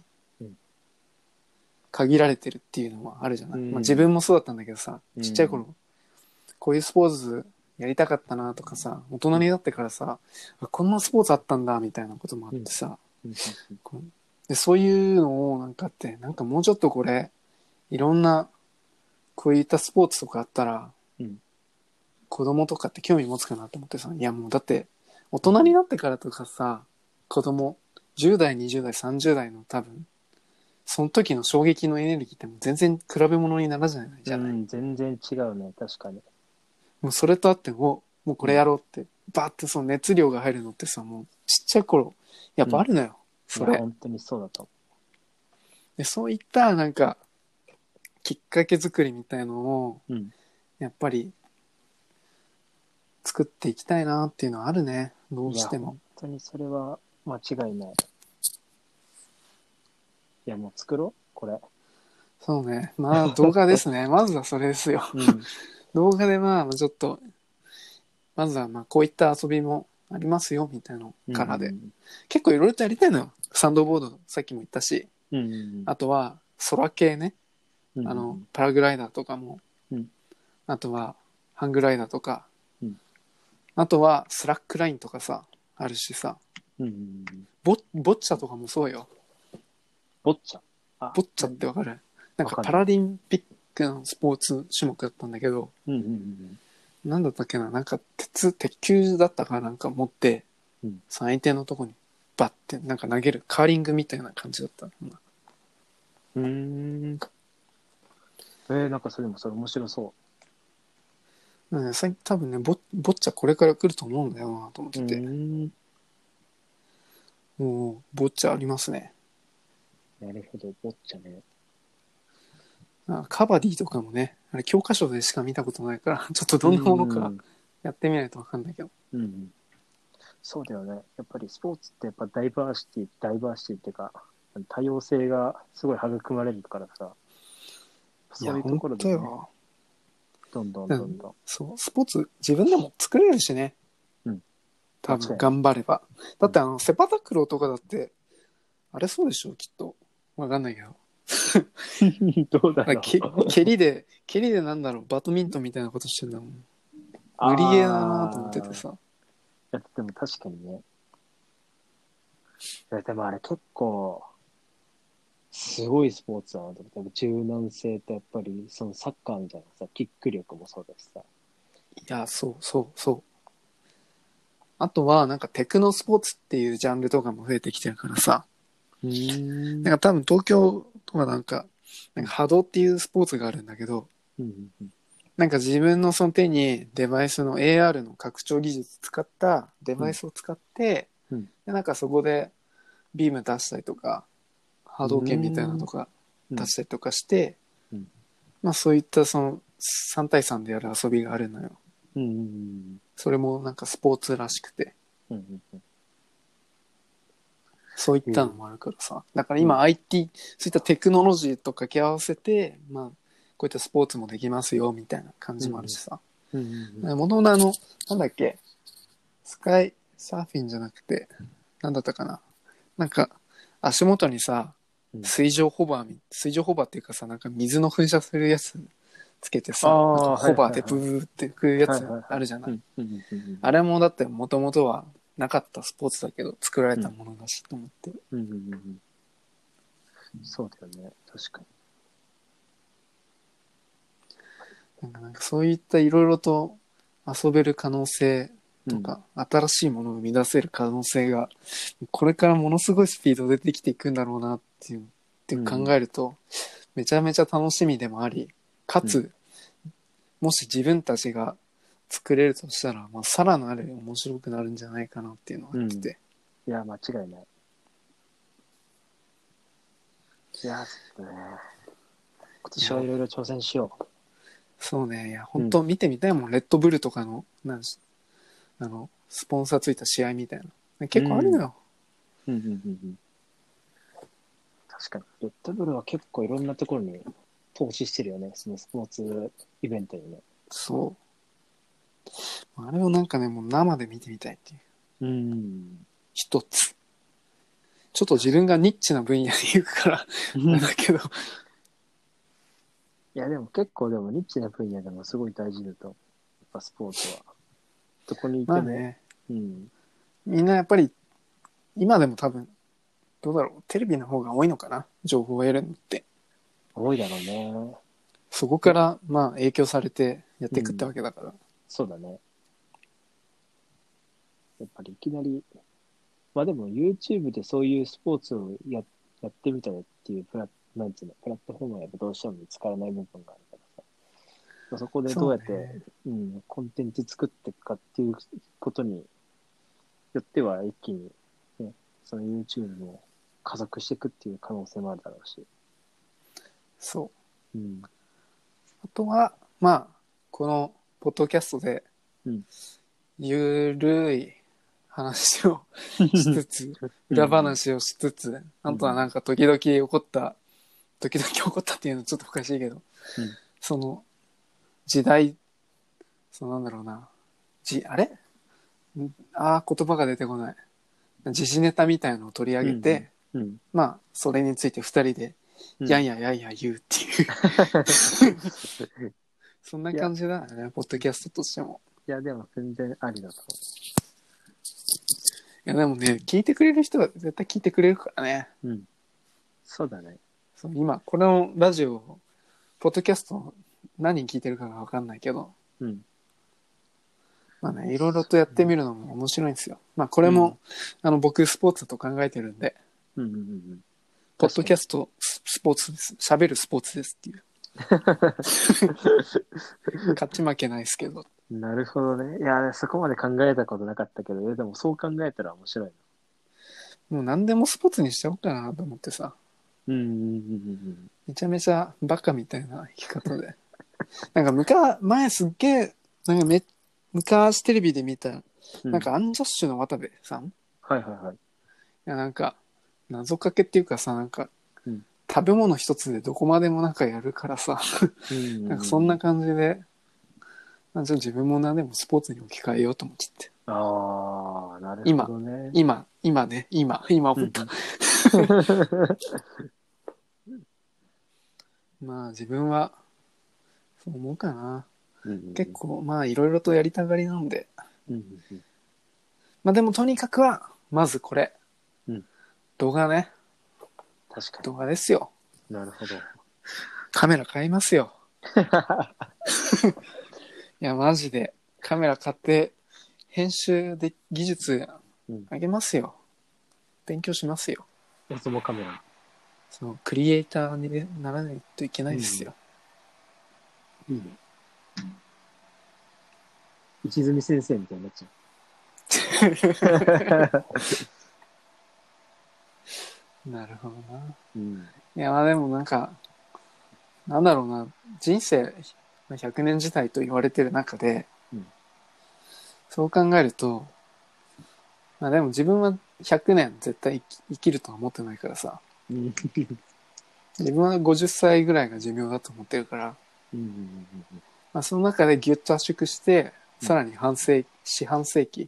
限られてるっていうのはあるじゃない。まあ、自分もそうだったんだけどさ、ちっちゃい頃こういうスポーツやりたかったなとかさ、大人になってからさ、こんなスポーツあったんだみたいなこともあってさ、でそういうのをなんかあって、なんかもうちょっとこれいろんなこういったスポーツとかあったら、子供とかって興味持つかなと思ってさ、いやもうだって大人になってからとかさ、子供10代20代30代の多分その時の衝撃のエネルギーってもう全然比べ物にならないじゃない。 全然違うね、確かに。 もうそれとあってもうこれやろうって、バーってその熱量が入るのってさ、もうちっちゃい頃やっぱあるのよ、 いや、 それ本当にそうだとで。そういったなんかきっかけ作りみたいのを思う。 やっぱり作っていきたいなっていうのはあるね、どういや、 しても。 本当にそれは間違いない。いや、もう作ろう、これ。 そうね、まあ動画ですねまずはそれですよ、動画でまあちょっとまずはまあこういった遊びもありますよみたいなのからで、結構いろいろとやりたいのよ。サンドボードさっきも言ったし、あとは空系ね、パラグライダーとかも、あとはハングライダーとか、あとはスラックラインとかさあるしさ、ボッチャとかもそうよ。 ボッチャボッチャってわかる？なんかパラリンピックのスポーツ種目だったんだけど、なんだったっけな、なんか鉄球だったかなんか持って、相手のとこにバッてなんか投げるカーリングみたいな感じだった。 なんかそれもそれ面白そう。 多分ねボッチャこれから来ると思うんだよなと思ってて、もうボッチャありますね。 なるほど、ボッチャね。 カバディとかもね、あれ教科書でしか見たことないからちょっとどんなものかやってみないと分かんないけど、 そうだよね。やっぱりスポーツってやっぱダイバーシティっていうか多様性がすごい育まれるからさ、そういうところで、ね、どんどんそうスポーツ自分でも作れるしね、多分頑張れば。だってセパタクローとかだってあれそうでしょきっと、分かんないけどどうだろう蹴りでなんだろう、バドミントンみたいなことしてんだもん。無理ゲーだなと思っててさ。 いやでも確かにね。いやでもあれ結構すごいスポーツだなと思って、柔軟性ってやっぱりそのサッカーみたいなさ、キック力もそうだしさ。 いや、そう。あとはなんかテクノスポーツっていうジャンルとかも増えてきてるからさ。なんか多分東京とかなんか波動っていうスポーツがあるんだけど、なんか自分のその手にデバイスの AR の拡張技術使ったデバイスを使って、でなんかそこでビーム出したりとか波動拳みたいなのとか出したりとかして、まあそういったその3対3でやる遊びがあるのよ。それもなんかスポーツらしくて、そういったのもあるからさ、だから今 IT、そういったテクノロジーと掛け合わせて、まあこういったスポーツもできますよみたいな感じもあるしさ、もともとなんだっけ、スカイサーフィンじゃなくてなんだったかな、なんか足元にさ水上ホバーっていうかさ、なんか水の噴射するやつつけてさ、なんかホバーでブーって浮くやつあるじゃない。あれもだってもともとはなかったスポーツだけど作られたものだしと思って、 そうだよね、確かになんかそういったいろいろと遊べる可能性とか、新しいものを生み出せる可能性がこれからものすごいスピードでできていくんだろうなっていう考えると、めちゃめちゃ楽しみでもあり、かつ、もし自分たちが作れるとしたら、まあ、さらなる面白くなるんじゃないかなっていうのがあってて、 いや間違いない。いやそうだね、今年はいろいろ挑戦しよう。 そうね。いや、本当見てみたいもん。レッドブルとかの、スポンサーついた試合みたいな。結構あるのよ。 うんうんうんうん。確かに。レッドブルは結構いろんなところに投資してるよね。そのスポーツイベントにね。 そう。あれをなんかね、もう生で見てみたいっていう。一つ。ちょっと自分がニッチな分野に行くから、あれだけど。 いや、でも結構でもニッチな分野でもすごい大事だと。やっぱスポーツは。どこにいても。 まあね、 うん。 みんなやっぱり、今でも多分、どうだろう、テレビの方が多いのかな、情報を得るのって。 多いだろうね。 そこから、まあ、影響されてやっていくってわけだから。 そうだね。やっぱりいきなり、まあでも YouTube でそういうスポーツをやってみたらっていうなんつうの、プラットフォームはやっぱどうしても見つからない部分があるからさ。まあ、そこでどうやって、 ね、 コンテンツ作っていくかっていうことによっては一気に、ね、その YouTube も加速していくっていう可能性もあるだろうし。 そう。 うん。 あとは、まあ、このポッドキャストで、ゆるい話をしつつ、裏話をしつつ、あとはなんか時々起こったっていうのはちょっとおかしいけど、その時代、なんだろうな、あれ言葉が出てこない。時事ネタみたいのを取り上げて、まあ、それについて二人で、やんややんや言うっていうそんな感じだよね、ポッドキャストとしても。 いや、でも全然ありだと思いや、でもね、聞いてくれる人は絶対聞いてくれるからね。 そうだね。 今、このラジオ、ポッドキャスト何人聞いてるかがわかんないけど、まあね、いろいろとやってみるのも面白いんですよ。まあこれも、僕スポーツと考えてるんで、ポッドキャストスポーツです。喋るスポーツですっていう。勝ち負けないですけど。 なるほどね。いや、そこまで考えたことなかったけど、でもそう考えたら面白いもう何でもスポーツにしちゃおうかなと思ってさ。 な。 めちゃめちゃバカみたいな生き方で。なんか前すっげえ、なんか昔テレビで見た、なんかアンジャッシュの渡部さん、 はいはいはい。 いやなんか、謎かけっていうかさ、なんか、食べ物一つでどこまでもなんかやるからさ、なんかそんな感じで、じゃあ自分も何でもスポーツに置き換えようと思っちゃって。 ああ、なるほどね。 今思った。まあ自分は、そう思うかな。結構まあいろいろとやりたがりなんで。まあでもとにかくは、まずこれ。動画ね。 確かに。 動画ですよ。 なるほど。 カメラ買いますよ。いや、マジで。カメラ買って、編集で技術上げますよ。勉強しますよ。 オズモカメラ。 クリエイターにならないといけないですよ。 いいね。石積先生みたいになっちゃう。なるほどな。 いや、まあでもなんか、なんだろうな、人生100年時代と言われてる中で、そう考えると、まあでも自分は100年絶対生きるとは思ってないからさ、自分は50歳ぐらいが寿命だと思ってるから、まあその中でギュッと圧縮して、さらに四半世紀、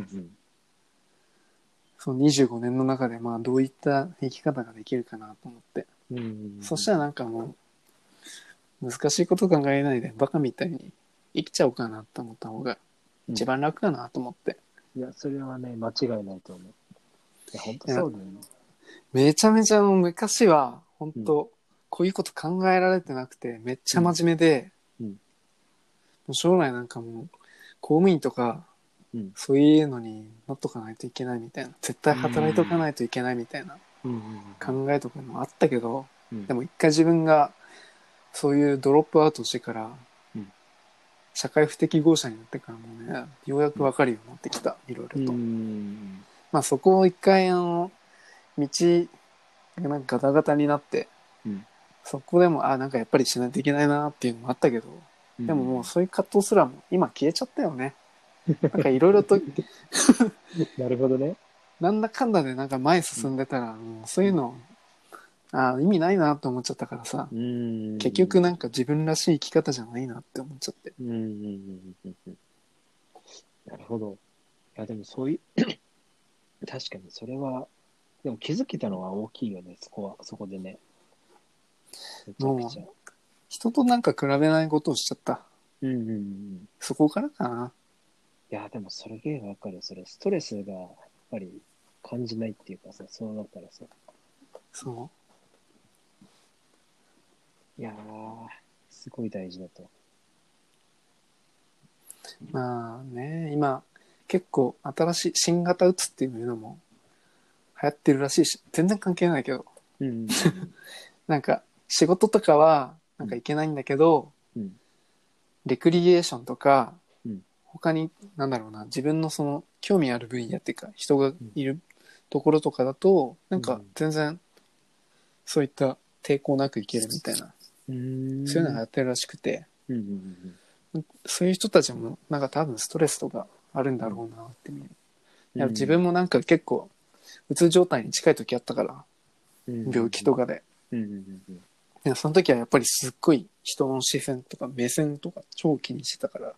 その25年の中でまあどういった生き方ができるかなと思って。そしたらなんかもう、難しいこと考えないでバカみたいに生きちゃおうかなと思った方が一番楽かなと思って。 いや、それはね、間違いないと思う。いや、本当そうだよね。 めちゃめちゃ昔は、本当、こういうこと考えられてなくて、めっちゃ真面目で、もう将来なんかもう、公務員とか、そういうのになっとかないといけないみたいな、絶対働いとかないといけないみたいな考えとかもあったけど、でも一回自分がそういうドロップアウトしてから、社会不適合者になってからもね、ようやくわかるようになってきた、いろいろと。まあそこを一回道がなんかガタガタになって、そこでもなんかやっぱりしないといけないなっていうのもあったけど、 でももうそういう葛藤すらも今消えちゃったよね。なんかいろいろとなるほどね。 なんだかんだでなんか前進んでたら、もうそういうの、意味ないなと思っちゃったからさ、結局なんか自分らしい生き方じゃないなって思っちゃって。 なるほど。いや、でもそういう、確かにそれは、でも気づけたのは大きいよね、そこでね。めちゃくちゃ。 もう人となんか比べないことをしちゃった。そこからかな。 いや、でもそれゲームわかる。それ、ストレスがやっぱり感じないっていうかさ、そうなったらさ。 そいやー、すごい大事だと。 う。まあね、今結構新しい新型うつっていうのも流行ってるらしいし、全然関係ないけど、なんか仕事とかはなんかいけないんだけど、レクリエーションとか、他になんだろうな、自分のその興味ある分野っていうか人がいるところとかだと、なんか全然そういった抵抗なくいけるみたいな、そういうのがやってるらしくて、そういう人たちもなんか多分ストレスとかあるんだろうなって見る。いや自分もなんか結構うつ状態に近い時あったから、病気とかで。いやその時はやっぱりすっごい人の視線とか目線とか超気にしてたから、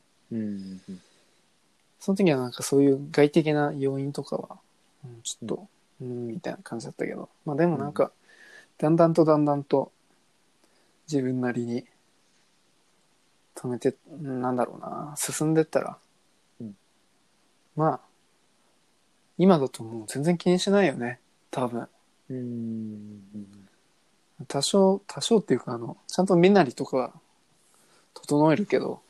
その時はなんかそういう外的な要因とかは、ちょっと、みたいな感じだったけど、まあでもなんか、だんだんと自分なりに止めて、なんだろうな、進んでったら、まあ、今だともう全然気にしないよね、多分。多少っていうか、ちゃんと身なりとかは整えるけど、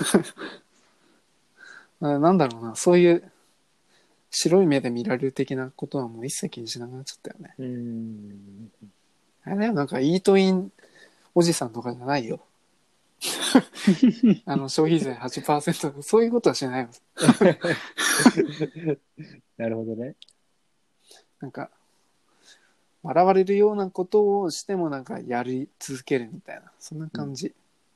なんだろうな、そういう白い目で見られる的なことはもう一切気にしなくなっちゃったよね。あれだよ、なんかイートインおじさんとかじゃないよ。消費税 8%、そういうことはしないよ。 なるほどね。 なんか、笑われるようなことをしてもなんかやり続けるみたいな、そんな感じ。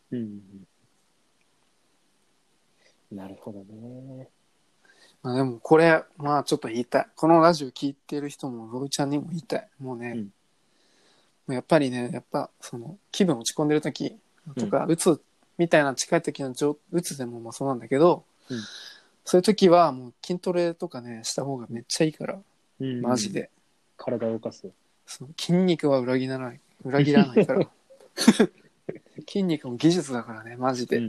なるほどね。 まあでもこれ、まあちょっと言いたい。このラジオ聞いてる人も、ロイちゃんにも言いたい。もうね、もうやっぱりね、その、気分落ち込んでる時とか、うつみたいな近い時のうつでもまあそうなんだけど、そういう時はもう筋トレとかね、した方がめっちゃいいから、マジで。 体を動かす。 その筋肉は裏切らないから。筋肉も技術だからね、マジで。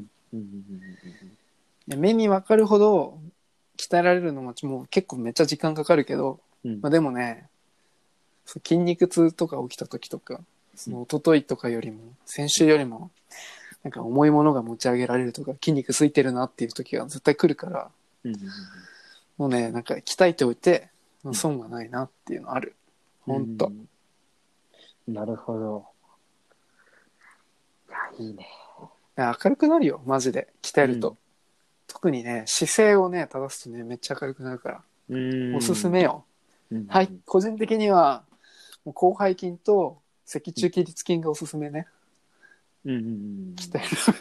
目に分かるほど鍛えられるのももう結構めっちゃ時間かかるけど、まあでもね、筋肉痛とか起きた時とか、その一昨日とかよりも、先週よりも、なんか重いものが持ち上げられるとか、筋肉ついてるなっていう時が絶対来るから、もうね、なんか鍛えておいて、損がないなっていうのある。ほんと。 なるほど。いや、いいね。 明るくなるよ、マジで。鍛えると。特にね、姿勢をね、正すとね、めっちゃ明るくなるから。おすすめよ。はい、個人的には、もう広背筋と脊柱起立筋がおすすめね。鍛え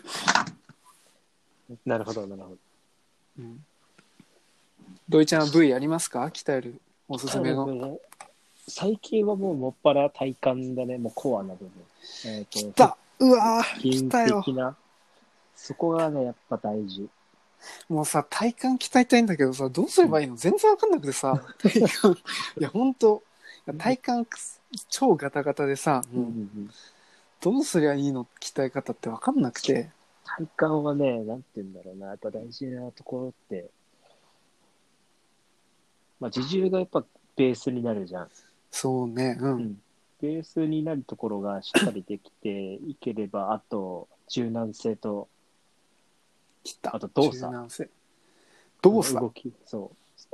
る。なるほど、なるほど。 土井ちゃんは部位ありますか？鍛えるおすすめの。 最近はもうもっぱら体幹だね、もうコアな部分。 きた！うわー、 筋的な。そこがね、やっぱ大事。 もうさ、体幹鍛えたいんだけどさ、どうすればいいの？全然わかんなくてさ、体幹。いや、ほんと、体幹超ガタガタでさ、もう、どうすりゃいいの鍛え方ってわかんなくて。 体幹はね、なんて言うんだろうな、やっぱ大事なところって、まあ、自重がやっぱベースになるじゃん。 そうね、 ベースになるところがしっかりできていければ、あと、柔軟性と、あと動作。動き、そう。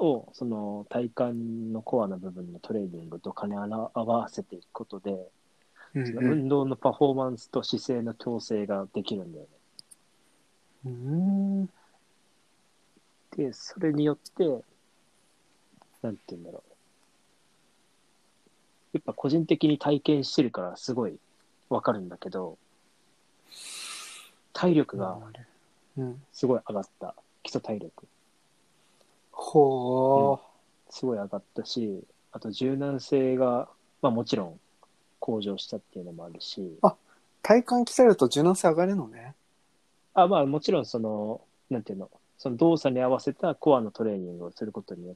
その体幹のコアな部分のトレーニングと兼ね合わせていくことで、その運動のパフォーマンスと姿勢の調整ができるんだよね。で、それによって、なんて言うんだろう。やっぱ個人的に体験してるからすごいわかるんだけど、体力がうん。 すごい上がった。基礎体力。 ほすごい上がったし、あと柔軟性が、まあもちろん向上したっていうのもあるし、 あ、体幹鍛えると柔軟性上がるのね。 まあもちろんなんていうの、その動作に合わせたコアのトレーニングをすることによって、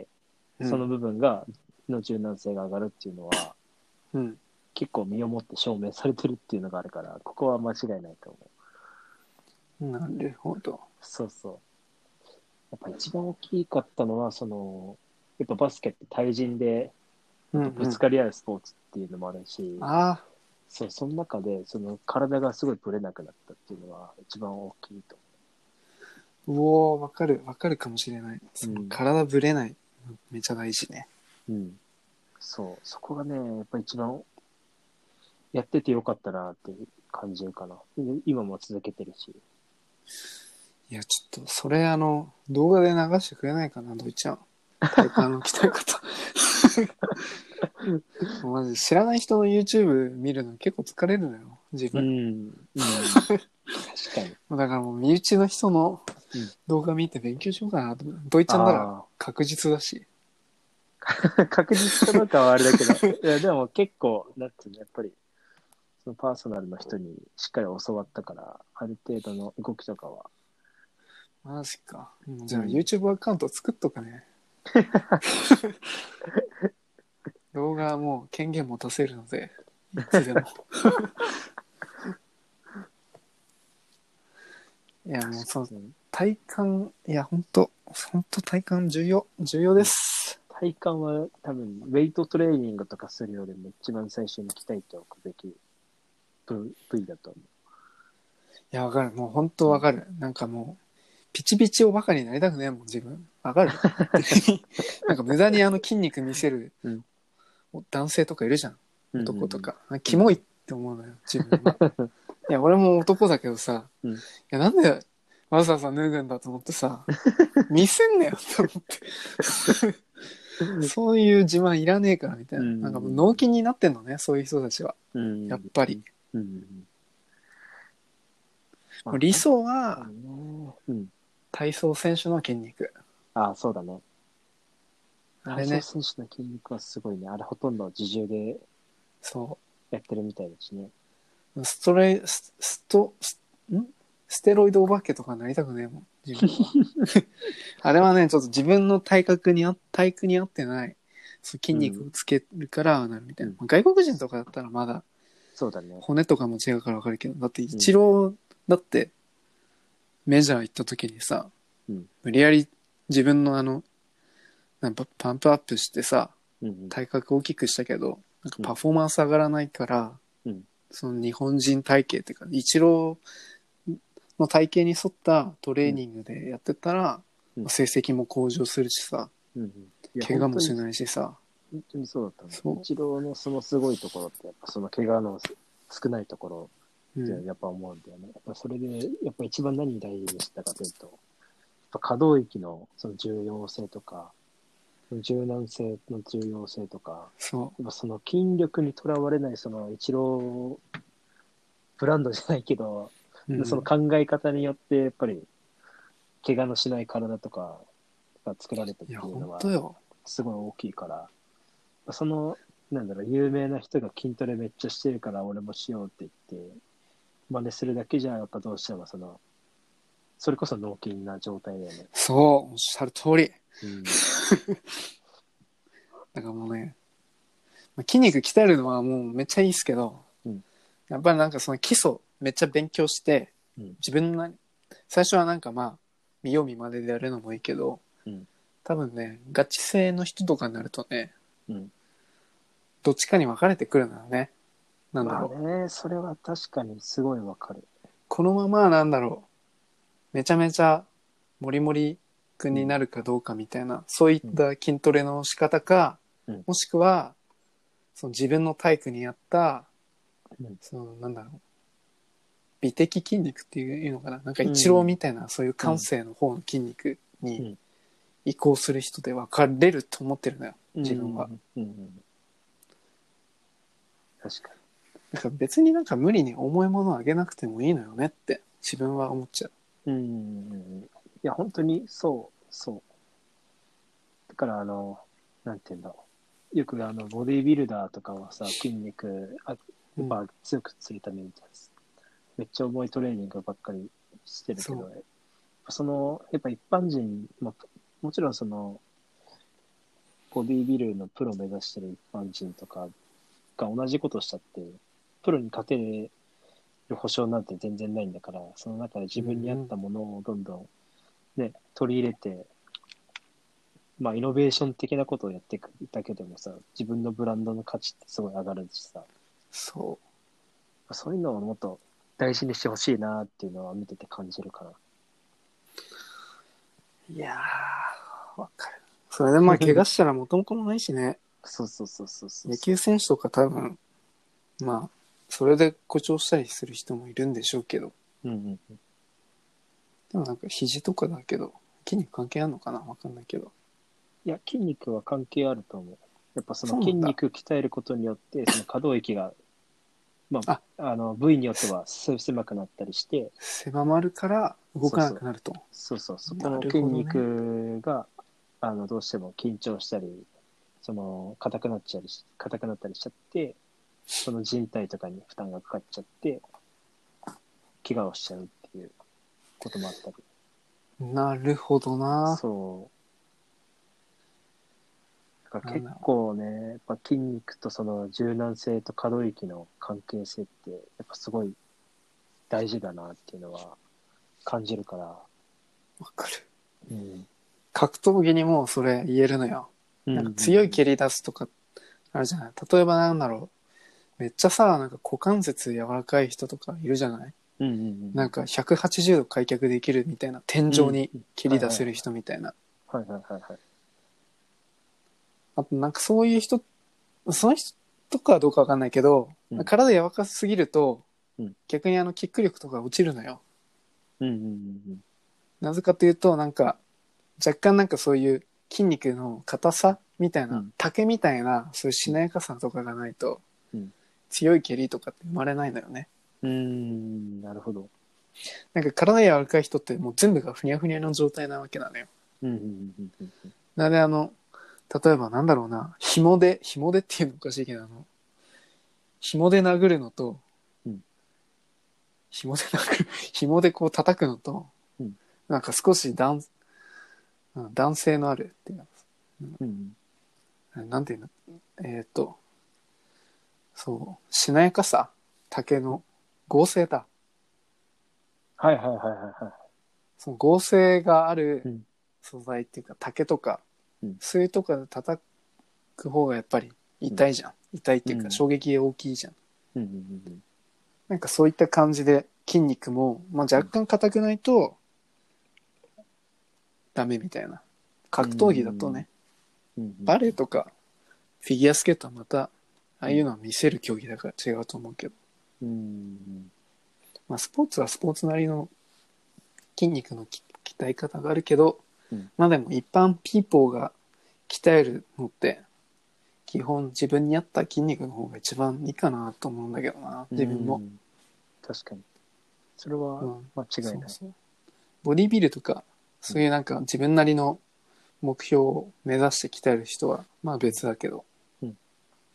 うん。 その部分の柔軟性が上がるっていうのは、 うん。 結構身をもって証明されてるっていうのがあるから、ここは間違いないと思う。 なるほど。 そうそう。やっぱ一番大きかったのは、やっぱバスケって対人で、やっぱぶつうんうん。 かり合うスポーツっていうのもあるし、 あそう、その中で、体がすごいブレなくなったっていうのは一番大きいとー、うおー、わかる。わかるかもしれない。その思う。 体ぶれない。めちゃ大事ね。 うん。うん。そう、そこがね、やっぱ一番やっててよかったなっていう感じかな。今も続けてるし。 いや、ちょっと、それ動画で流してくれないかな、ドイちゃん。体幹の鍛え方。マジ、知らない人の YouTube 見るの結構疲れるのよ、自う分。 ん。うん。確かに。 だからもう、身内の人のうん動画見て勉強しようかなと思う。ドイちゃんならあ確実だし。 あ。確実かどうかはあれだけど、いや、でも結構、なんていうの、やっぱり、そのパーソナルの人にしっかり教わったから、ある程度の動きとかは。 マジか。じゃあ、 うん。 YouTube アカウント作っとくね。動画はもう権限持たせるので、いつでも。いや、もうその、 うん、 体幹、いや、ほんと体幹重要。重要です。 体幹は多分、ウェイトトレーニングとかするよりも一番最初に鍛えておくべき部位だと思いや、わかる。もう本当う。うん。 わかる。なんかもう、ピチピチおバカになりたくねえもん、自分。わかる。なんか無駄に筋肉見せるうん。 男性とかいるじゃん。 うん。うん。 男とか。 うん。 キモいって思うのよ、自分は。いや、俺も男だけどさ、 うん。 いや、なんでわざわざ脱ぐんだと思ってさ、見せんなよって思って。そういう自慢いらねえからみたいうな。なんかもう脳ん。 筋になってんのね、そういう人たちは。 うん。 やっぱり。 うん。まあ、 もう理確想はかにね。うん。 体操選手の筋肉。 ああ、そうだね。体操あれね、 選手の筋肉はすごいね。あれほとんど自重でそやってるみたいだしね。 う。ストレス、スト、スんステロイドお化けとかなりたくねえもん、自分は。あれはね、ちょっと自分の体育に合ってない、そう筋肉をつけるからなるみたいな。 うん。 外国人とかだったらまだそうだね。 骨とかも違うからわかるけど、だってうん。 イチローだってメジャー行った時にさ、 うん。 無理やり自分のなんかパンプアップしてさ、 うん。 体格大きくしたけど、なんかうん。 パフォーマンス上がらないから、 うん。 その日本人体型っていうか、イチローの体型に沿ったトレーニングでやってたら、 うん。 成績も向上するしさ、 うん。いや、 怪我もしないしさ、 本当にそうだったね。イそチローのそのすごいところって、やっぱその怪我の少ないところう。うってん。 やっぱ思うんだよね。やっぱそれで、やっぱ一番何大事にしたかというと、やっぱ可動域のその重要性とか、柔軟性の重要性とか、 そやっぱその筋力にとらわれないそのイチローブランドじゃないけど、 う。うそのん。 考え方によってやっぱり怪我のしない体とかが作られたっいや、ほていうのはんとよ。 すごい大きいから、なんだろう、有名な人が筋トレめっちゃしてるから俺もしようって言って、真似するだけじゃやっぱどうしてもそれこそ脳筋な状態だよね。 そう、おっしゃる通り。 うん。 だからもうね、筋肉鍛えるのはもうめっちゃいいですけど、 うん。 やっぱりなんかその基礎めっちゃ勉強して、 うん。 自分の最初はなんか見よう見まねでやるのもいいけど、 うん。 多分ね、ガチ勢の人とかになるとね、 うん。 どっちかに分かれてくるのよね。なんだまあろう。 ね、それは確かにすごいわかる。 このままなんだろう。めちゃめちゃモリモリ君うん。 になるかどうかみたいな、そういっうん。 た筋トレの仕方か、 うん。 もしくは、その自分の体育に合った、 うん。 そのなんだろう。美的筋肉っていうのかな。なんかう一郎みん。 たいな、そういう感性の方の筋肉にうん。 移行する人で分かれると思ってるのよ。 う自分は。 ん。うん。確かなんか別になんか無理に重いものをあげなくてもいいのよねって自分は思っちゃう。 うん。いや、本当にそう、そう。だから、なんていうんだろう。よくボディービルダーとかはさ、筋肉、やっうん。 ぱ強くするためにめっちゃ重いトレーニングばっかりしてるけど、 そう。 やっぱ一般人も、もちろんボディービルのプロ目指してる一般人とかが同じことしたって、プロに勝てる保証なんて全然ないんだから、その中で自うん分に合っうん。 たものをどんどんね、取り入れて、まあ、イノベーション的なことをやっていくだけでもさ、自分のブランドの価値ってすごい上がるしさ、 そそういうのをもっと大事にしてほしいなっていうのは見てて感じるかな。 う。いやー、わかる。それでまあ怪我したら元も子もないしね。 そうそうそうそうそう野そう。 球選手とか多分、まあ、それで故障したりする人もいるんでしょうけど。 うんうんうん。 でもなんか肘とかだけど、筋肉関係あるのかなわかんないけど。 いや、筋肉は関係あると思う。やっぱそのそうなんだ。 筋肉鍛えることによって、その可動域が、まあ、 あ、部位によっては狭くなったりして、 狭まるから動かなそうそう、 くなると。 そこなるの筋ほどね。 肉が、どうしても緊張したり、硬くなったりしちゃって、その靭帯とかに負担がかかっちゃって、怪我をしちゃうっていうこともあったり。 なるほどな。 そう。だから結なんだろ構ね、やっぱ筋肉とその柔軟性と可動域の関係性って、やっぱすごい大事だなっていうのは感じるから。 う。わかる。 うん。 格闘技にもそれ言えるのよ。 うんなんか強い蹴り出すとかあるじゃない。例えばなんだろう。めっちゃさ、なんか股関節柔らかい人とかいるじゃない。 うんうんうんなんか180度開脚できるみたいな、天うん。 井に蹴り出せる人みたいな。 はいはいはいはい。 あとなんかそういう人、その人とかはどうかわかんないけど、 うん、 体柔らかすぎると、 うん、 逆にキック力とか落ちるのよ。 うんうんうんなぜかというと、なんか、若干なんかそういう筋肉の硬さみたいな、 うん竹みたいな、そういうしなやかさとかがないと、 うん。 強い蹴りとかって生まれないのよね。 なるほど。 なんか体柔らかい人ってもう全部がふにゃふにゃの状態なわけなのよ。 うんうんうんうんうん。 なので例えばなんだろうな、紐でっていうのおかしいけど、紐で殴るのと、 うん、 紐でこう叩くのと、 うん、 なんか少し男性のあるっていうの、 うん、 なんていうの、そう、しなやかさ、竹の合成だ。 はいはいはいはいはい。 その合成があるうん、 素材っていうか、竹とか、 うん、 そういうとかで叩く方がやっぱりうん、 痛いじゃん。痛いっていうか、 うん、 衝撃大きいじゃん。 うん、うん、 なんかそういった感じで筋肉も、まあ、若干硬くないとダメみたいな。 う格闘技だとん、 ね、 うん、 バレエとかフィギュアスケートはまた、ああうん、 いうのは見せる競技だから違うと思うけど、 うん、 まあスポーツはスポーツなりの筋肉の鍛え方があるけど、 うん、 まあでも一般ピーポーが鍛えるのって、基本自分に合った筋肉の方が一番いいかなと思うんだけどな、 う自分も。 ん。確かに。それはうん。 間違いない。 そうそう。ボディビルとか、 うん、 そういうなんか自分なりの目標を目指して鍛える人は、まあ別だけど。 うん。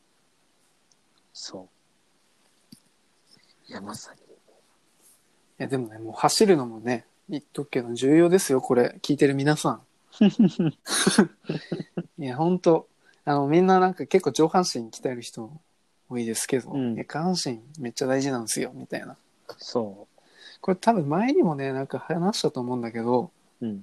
そう。いや、まさに。 いやでもね、もう走るのもね、言っとくけど重要ですよ、これ。聞いてる皆さん。いや、ほんと、みんななんか結構上半身鍛える人多いですけど、いや、 うん。 下半身めっちゃ大事なんですよ、みたいな。 そこれ多分前にもね、なんか話したと思うんだけど、 う。うん。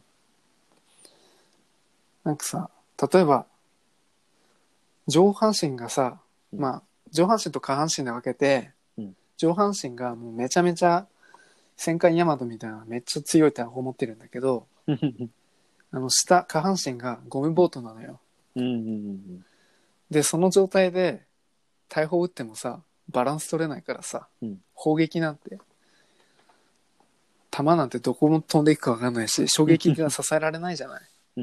なんかさ、例えば、上半身がさ、 うん。 まあ、上半身と下半身で分けて、 うん。 上半身がもうめちゃめちゃ戦艦ヤマトみたいなめっちゃ強いって思ってるんだけど、下半身がゴムボートなのよ。 うん。 で、その状態で大砲撃ってもさ、バランス取れないからさ、 うん。 砲撃なんて、弾なんてどこも飛んでいくか分かんないし、衝撃が支えられないじゃない。 うん。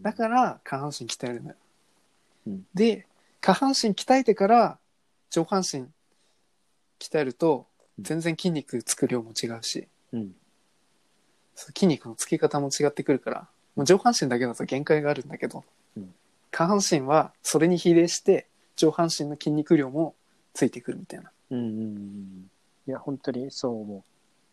だから下半身鍛えるのよ。 うん。 で、下半身鍛えてから上半身鍛えると、全然筋肉つく量も違うし、 うん。 筋肉のつき方も違ってくるから、もう上半身だけだと限界があるんだけど、 うん、 下半身はそれに比例して上半身の筋肉量もついてくるみたいな。 うんうんうん。いや、本当にそう思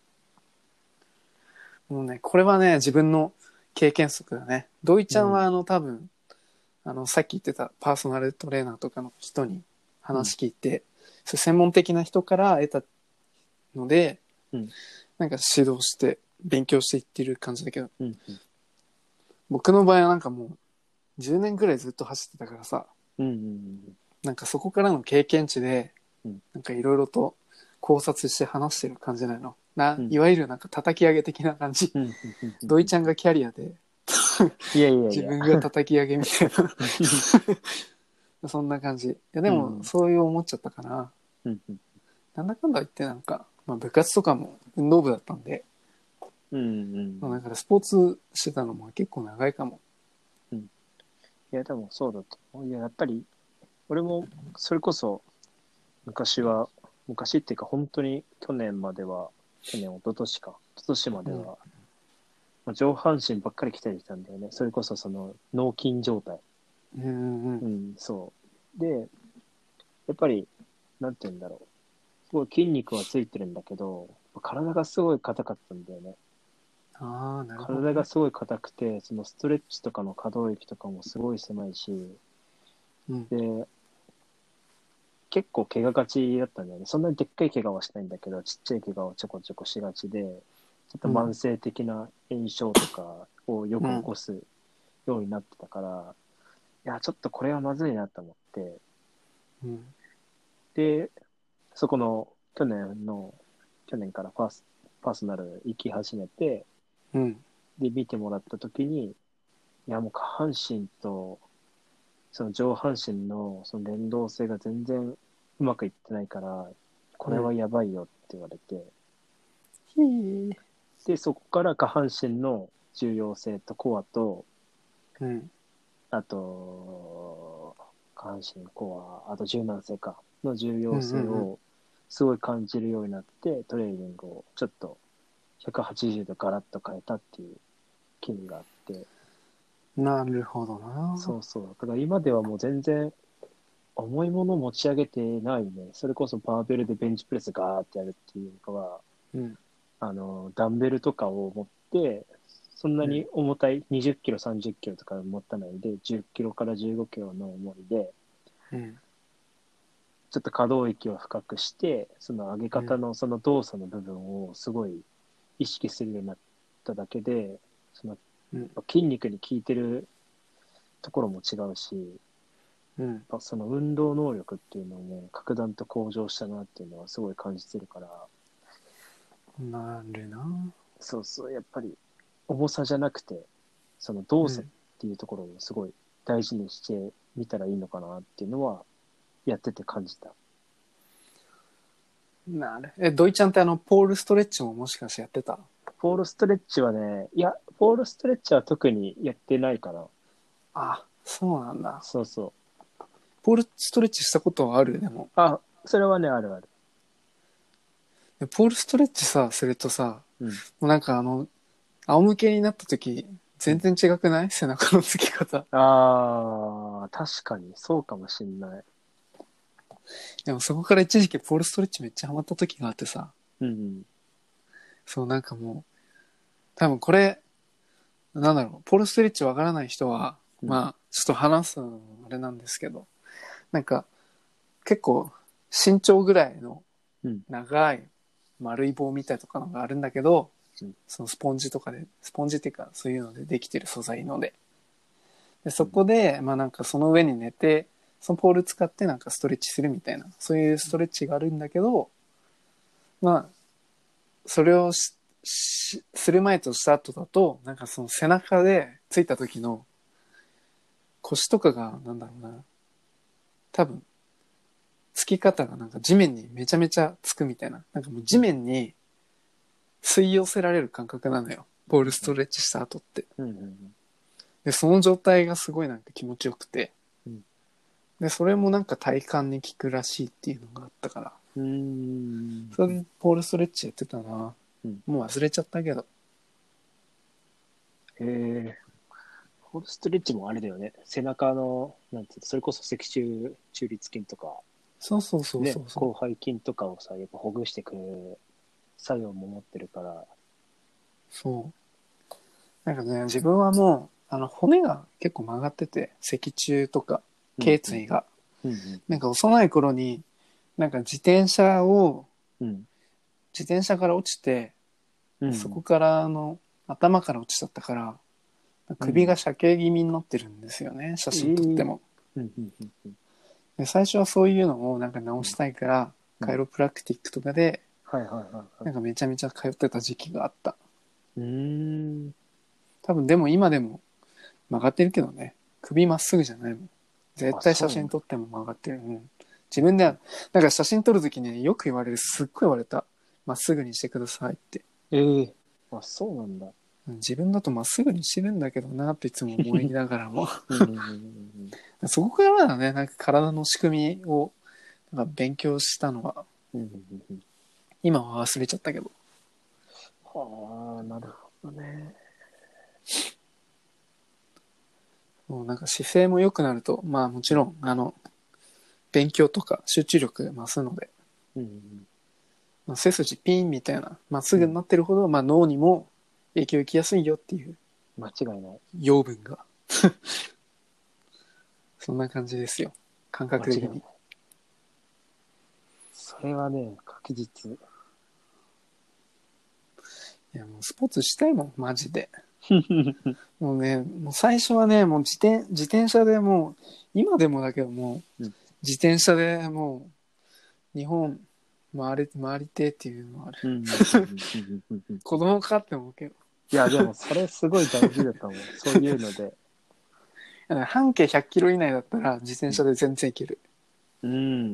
もうね、これはね、自分の経験則だね。土井ちゃんは多分、さっき言ってたパーソナルトレーナーとかの人に話聞いて、そう専門的な人から得たので、なんか指導して勉強していってる感じだけど、僕の場合はなんかもう10年くらいずっと走ってたからさ、なんかそこからの経験値で、なんかいろいろと考察して話してる感じなの。いわゆるなんか叩き上げ的な感じ。土井ちゃんがキャリアで、自分が叩き上げみたいな。そんな感じ。いやでも、そういう思っちゃったかな。なんだかんだ言ってなんか、まあ、部活とかも運動部だったんで、だからスポーツしてたのも結構長いかも。 いや、でもそうだと思う。いや、やっぱり、俺も、それこそ、昔っていうか、本当に去年、一昨年までは、上半身ばっかり鍛えてきたんだよね。それこそその脳筋状態。そう。で、やっぱり、なんて言うんだろう。すごい筋肉はついてるんだけど、体がすごい硬かったんだよね。 なるほど。 体がすごい硬くて、そのストレッチとかの可動域とかもすごい狭いし、で、結構怪我がちだったんだよね。そんなにでっかい怪我はしないんだけど、ちっちゃい怪我をちょこちょこしがちで、ちょっと慢性的な炎症とかをよく起こすようになってたから、いや、ちょっとこれはまずいなと思って、で、そこの去年からパーソナル行き始めて、で、見てもらった時に、いや、もう下半身と、その上半身のその連動性が全然うまくいってないから、これはやばいよって言われて、で、そこから下半身の重要性とコアと、あと、下半身、コア、あと柔軟性か、の重要性をすごい感じるようになって、トレーニングをちょっと180度ガラッと変えたっていう経緯があって。 なるほどな。 そうそう。だから今ではもう全然重いものを持ち上げてないね。それこそバーベルでベンチプレスガーってやるっていうかは、ダンベルとかを持って、そんなに重たい20キロ、30キロとか持たないで、10キロから15キロの重りで、ちょっと可動域を深くして、その上げ方のその動作の部分をすごい意識するようになっただけで、その筋肉に効いてるところも違うし、その運動能力っていうのも格段と向上したなっていうのはすごい感じてるから。 なるな。 そうそう、やっぱり重さじゃなくて、その動作っていうところをすごい大事にしてみたらいいのかなっていうのはやってて感じた。 土井ちゃんってポールストレッチももしかしてやってた？ ポールストレッチはね、いや、ポールストレッチは特にやってないかな。 あ、そうなんだ。 そうそう。 ポールストレッチしたことはある？でも。 あ、それはね、あるある。 ポールストレッチさ、するとさ、もうなんか仰向けになった時、全然違くない？背中のつき方。 ああ、確かに、そうかもしんない。 でもそこから一時期ポールストレッチめっちゃハマった時があってさ。そう、なんかもう、多分これ、なんだろう、ポールストレッチわからない人は、まあ、ちょっと話すのあれなんですけど、なんか、結構、身長ぐらいの長い丸い棒みたいとかのがあるんだけど、そのスポンジとかで、スポンジっていうかそういうのでできてる素材ので。で、そこで、まあなんかその上に寝て、そのポール使ってなんかストレッチするみたいな、そういうストレッチがあるんだけど、まあ、それをする前とした後だと、なんかその背中でついた時の腰とかが、なんだろうな、多分、つき方がなんか地面にめちゃめちゃつくみたいな。なんかもう地面に吸い寄せられる感覚なのよ。ポールストレッチした後って。で、その状態がすごいなんか気持ちよくて。で、それもなんか体幹に効くらしいっていうのがあったから。それでポールストレッチやってたな。もう忘れちゃったけど。 へえ。ホールストレッチもあれだよね。背中の、なんていうの、それこそ脊柱中立筋とか、 そうそうそうね、 そうそう。 広背筋とかをさ、やっぱほぐしてくれる作用も持ってるから。 そう。なんかね、自分はもう、骨が結構曲がってて、脊柱とか、頸椎が。 うんうんなんか幼い頃に、なんかうん自転車から落ちて、 うんそこから頭から落ちちゃったから、首が斜形気味になってるんですよね、写真撮っても。 うんうんうんうん。 で最初はそういうのをなんか直したいから、 うんカイロプラクティックとかで、 はいはいはいはい。 なんかめちゃめちゃ通ってた時期があった。 うーん。 多分でも今でも曲がってるけどね。首まっすぐじゃないもん。絶対写真撮っても曲がってる。うん。自分では、なんか写真撮るときね、よく言われる。すっごい言われた。まっすぐにしてくださいって。 ええあ、そうなんだ。 自分だとまっすぐにしてるんだけどなっていつも思いながらも。 うんうんうんそこからだね、なんか体の仕組みをなんか勉強したのは、 うんうんうん。 今は忘れちゃったけど。 はあ、なるほどね。 もうなんか姿勢も良くなると、まあもちろん、勉強とか集中力が増すので、 うんうんまあ、背筋ピンみたいな、まっすぐになってるほど、まあ脳にも影響きやすいよっていう間違いない。 養分が。そんな感じですよ。感覚的に。 間違いない。それはね、確実。 いやもうスポーツしたいもん、マジで。もうね、もう最初はね、もう自転車でもう、今でもだけどもう、 うん自転車でもう、日本回りてっていうのもある。 うんうんうんうんうんうん。 子供かって思うけど。 いや、でもそれすごい大事だと思う。そういうので。 半径100キロ以内だったら自転車で全然行ける。 うん。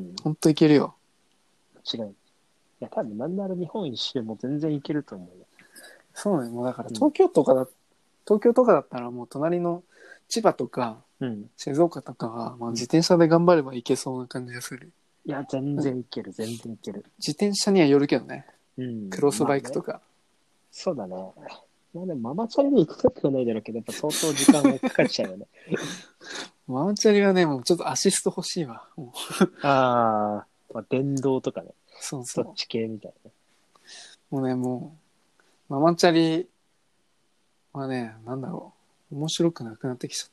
ほんと行けるよ。 違い。いや、多分なんなら日本一周も全然いけると思うよ。 そうね、もうだからうん東京とかだったらもう隣の千葉とかうん。 静岡とかは、まあ、自転車で頑張れば行けそうな感じがする。 いや、全然いける、全然いける。 自転車にはよるけどね。 うん。 クロスバイクとか。 か。 そうだね。まあでもママチャリで行くことはないだろうけど、やっぱ相当時間がかかっちゃうよね。 ママチャリはね、もうちょっとアシスト欲しいわ。もうああ、まあ、電動とかね。 そうそそっち系みたいな。 う。もうね、もう、ママチャリはね、なんだろう。面白くなくなってきちゃった。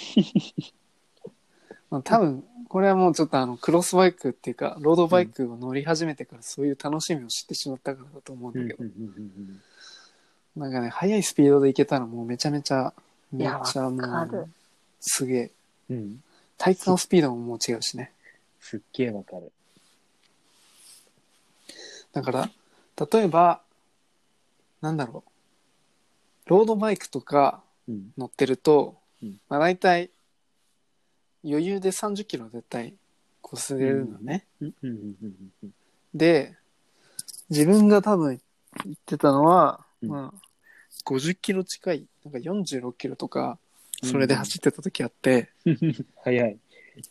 まあ、多分、これはもうちょっとクロスバイクっていうか、ロードバイクを乗り始めてからそういう楽しみを知ってしまったからだと思うんだけど、なんかね、速いスピードで行けたらもうめちゃめちゃ、めっちゃもう、すげえ。 うん。 体感スピードももう違うしね。 すっげえわかる。 だから、例えば、なんだろう、ロードバイクとかうん。 乗ってると、 うんまあ大体、余裕で30キロ絶対越せるのね。 うんうんうんうんで、自分が多分言ってたのは、 うんまあ、50キロ近い、なんか46キロとか、 うん。 それで走ってた時あって、 早い。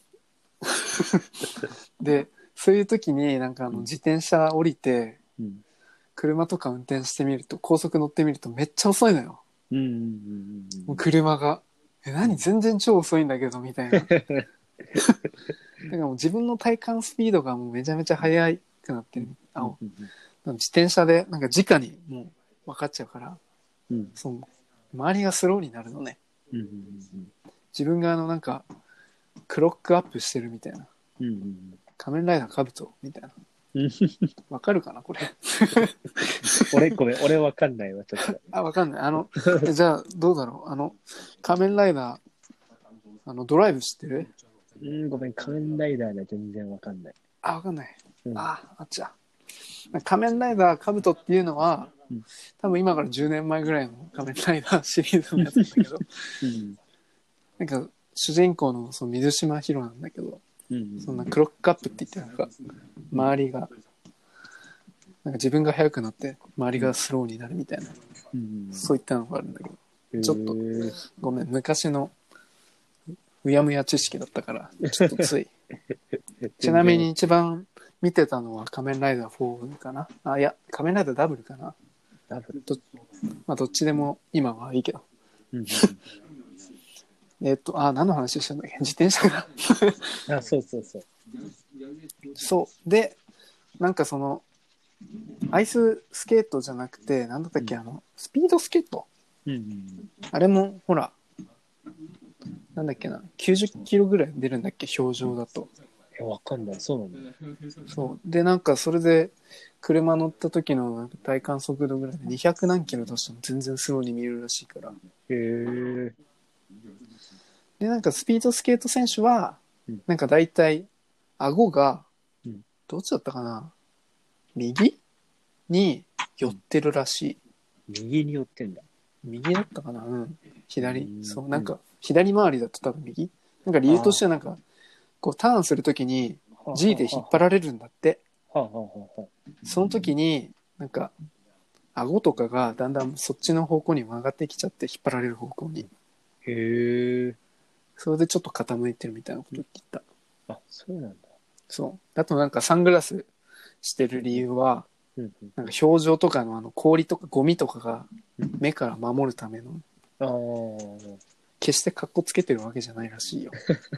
で、そういう時になんか自転車降りて、 うん。 車とか運転してみると、高速乗ってみるとめっちゃ遅いのよ。 うんうんうんもう車が。何全然超遅いんだけど、みたいな。だからもう自分の体感スピードがもうめちゃめちゃ速くなってる。自転車でなんか直にもう分かっちゃうから、 うんその周りがスローになるのね。 うん自分がなんかクロックアップしてるみたいな。 うんうん仮面ライダーカブトみたいな。 うん。 わかるかなこれ。 ごめん、俺わかんないわ、ちょっと。 あ、わかんない。じゃあどうだろう。仮面ライダードライブ知ってる？ ごめん、仮面ライダーね、全然わかんない。 あ、わかんない。 うんあっちゃ。仮面ライダーカブトっていうのは、 うん多分今から10年前ぐらいの仮面ライダーシリーズのやつなんだけど、 うんなんか主人公のその水島ヒロなんだけど、 うんそんなクロックアップって言ってなんか周りがなんか自分が速くなって周りがスローになるみたいな、そういったのがあるんだけど、ちょっとごめん、昔のうやむや知識だったからちょっとついちなみに一番見てたのは仮面ライダー4かな。あ、いや仮面ライダーダブルかな。 ダブル。 まあどっちでも今はいいけど、 うん何の話してんだっけ、自転車が。 うん、あ、そうそうそう。 そうで、なんかそのアイススケートじゃなくて、なんだったっけ、スピードスケート、 うんうんあれもほら、なんだっけな、90キロぐらい出るんだっけ、標準だと。 わかんない。そうなんだ。 そうで、なんかそれで車乗った時のなんか体感速度ぐらいで200何キロ出しても全然スローに見えるらしいから。 へえ。 で、なんかスピードスケート選手はうんなんか大体顎がうんどっちだったかな、右に寄ってるらしい。 右に寄ってんだ。 右だったかな、うん。左。 うんそう、なんか、左回りだと多分右。なんか理由としてはなんか、こうターンするときに G で引っ張られるんだって。 はあはあはあはあ。 その時に、なんか、顎とかがだんだんそっちの方向に曲がってきちゃって引っ張られる方向に。 へえ。 それでちょっと傾いてるみたいなこと言ってた。 あ、そうなんだ。 そう。あとなんかサングラスしてる理由は、 うんうん。 なんか表情とかの氷とかゴミとかが目から守るための、 ああ。 決してカッコつけてるわけじゃないらしいよ。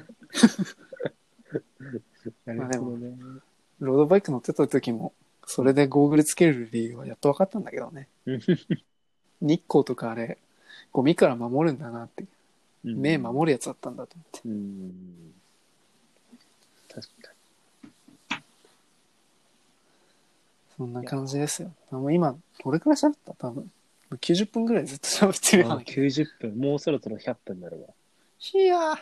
なるほどね。 ロードバイク乗ってた時も、それでゴーグルつける理由はやっと分かったんだけどね。日光とかあれ、ゴミから守るんだなって。目守るやつだったんだと思って。 うん。確かそんな感じですよ。もう今、どれくらい喋った多分。90分ぐらいずっと喋ってるように。あ、 な気が。 90分。もうそろそろ100分になるわ。 いや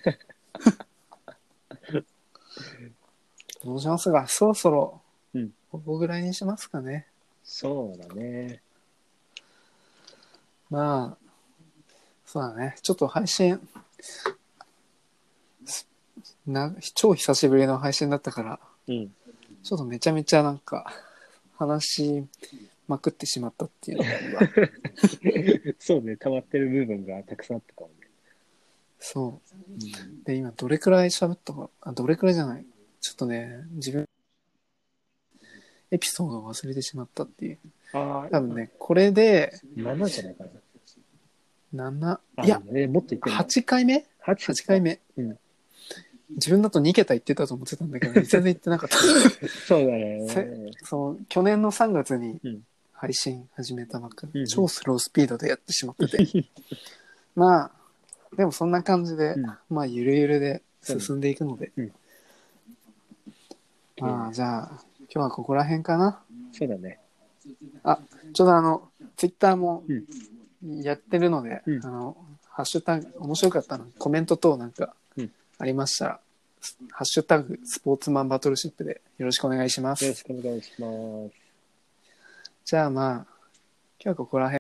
ー。どうしますか、そろそろ、ここぐらいにしますかね。 そうだね。 まあ、そうだね。ちょっと配信、超久しぶりの配信だったから、 うん。 ちょっとめちゃめちゃなんか、話しまくってしまったっていうのがそうね、溜まってる部分がたくさんあったかもね。 そう。で、今どれくらい喋ったか、どれくらいじゃない。ちょっとね、自分、エピソードを忘れてしまったっていう。 ああ、 多分ね、これで、 7じゃないかな。 7、いや、 もっと言ってる。 8回目 ?8 回目。 うん。 自分だと2桁言ってたと思ってたんだけど、全然言ってなかった。 そうだね。 そう、去年の3月に配信始めたばっかり、超スロースピードでやってしまってて。まあ、でもそんな感じで、まあ、ゆるゆるで進んでいくので。まあ、じゃあ、今日はここら辺かな。 そうだね。 あ、ちょうどツイッターもやってるので、ハッシュタグ、面白かったのコメント等なんかありましたら、ハッシュタグスポーツマンバトルシップでよろしくお願いします。 よろしくお願いします。 じゃあまあ、今日はここら辺。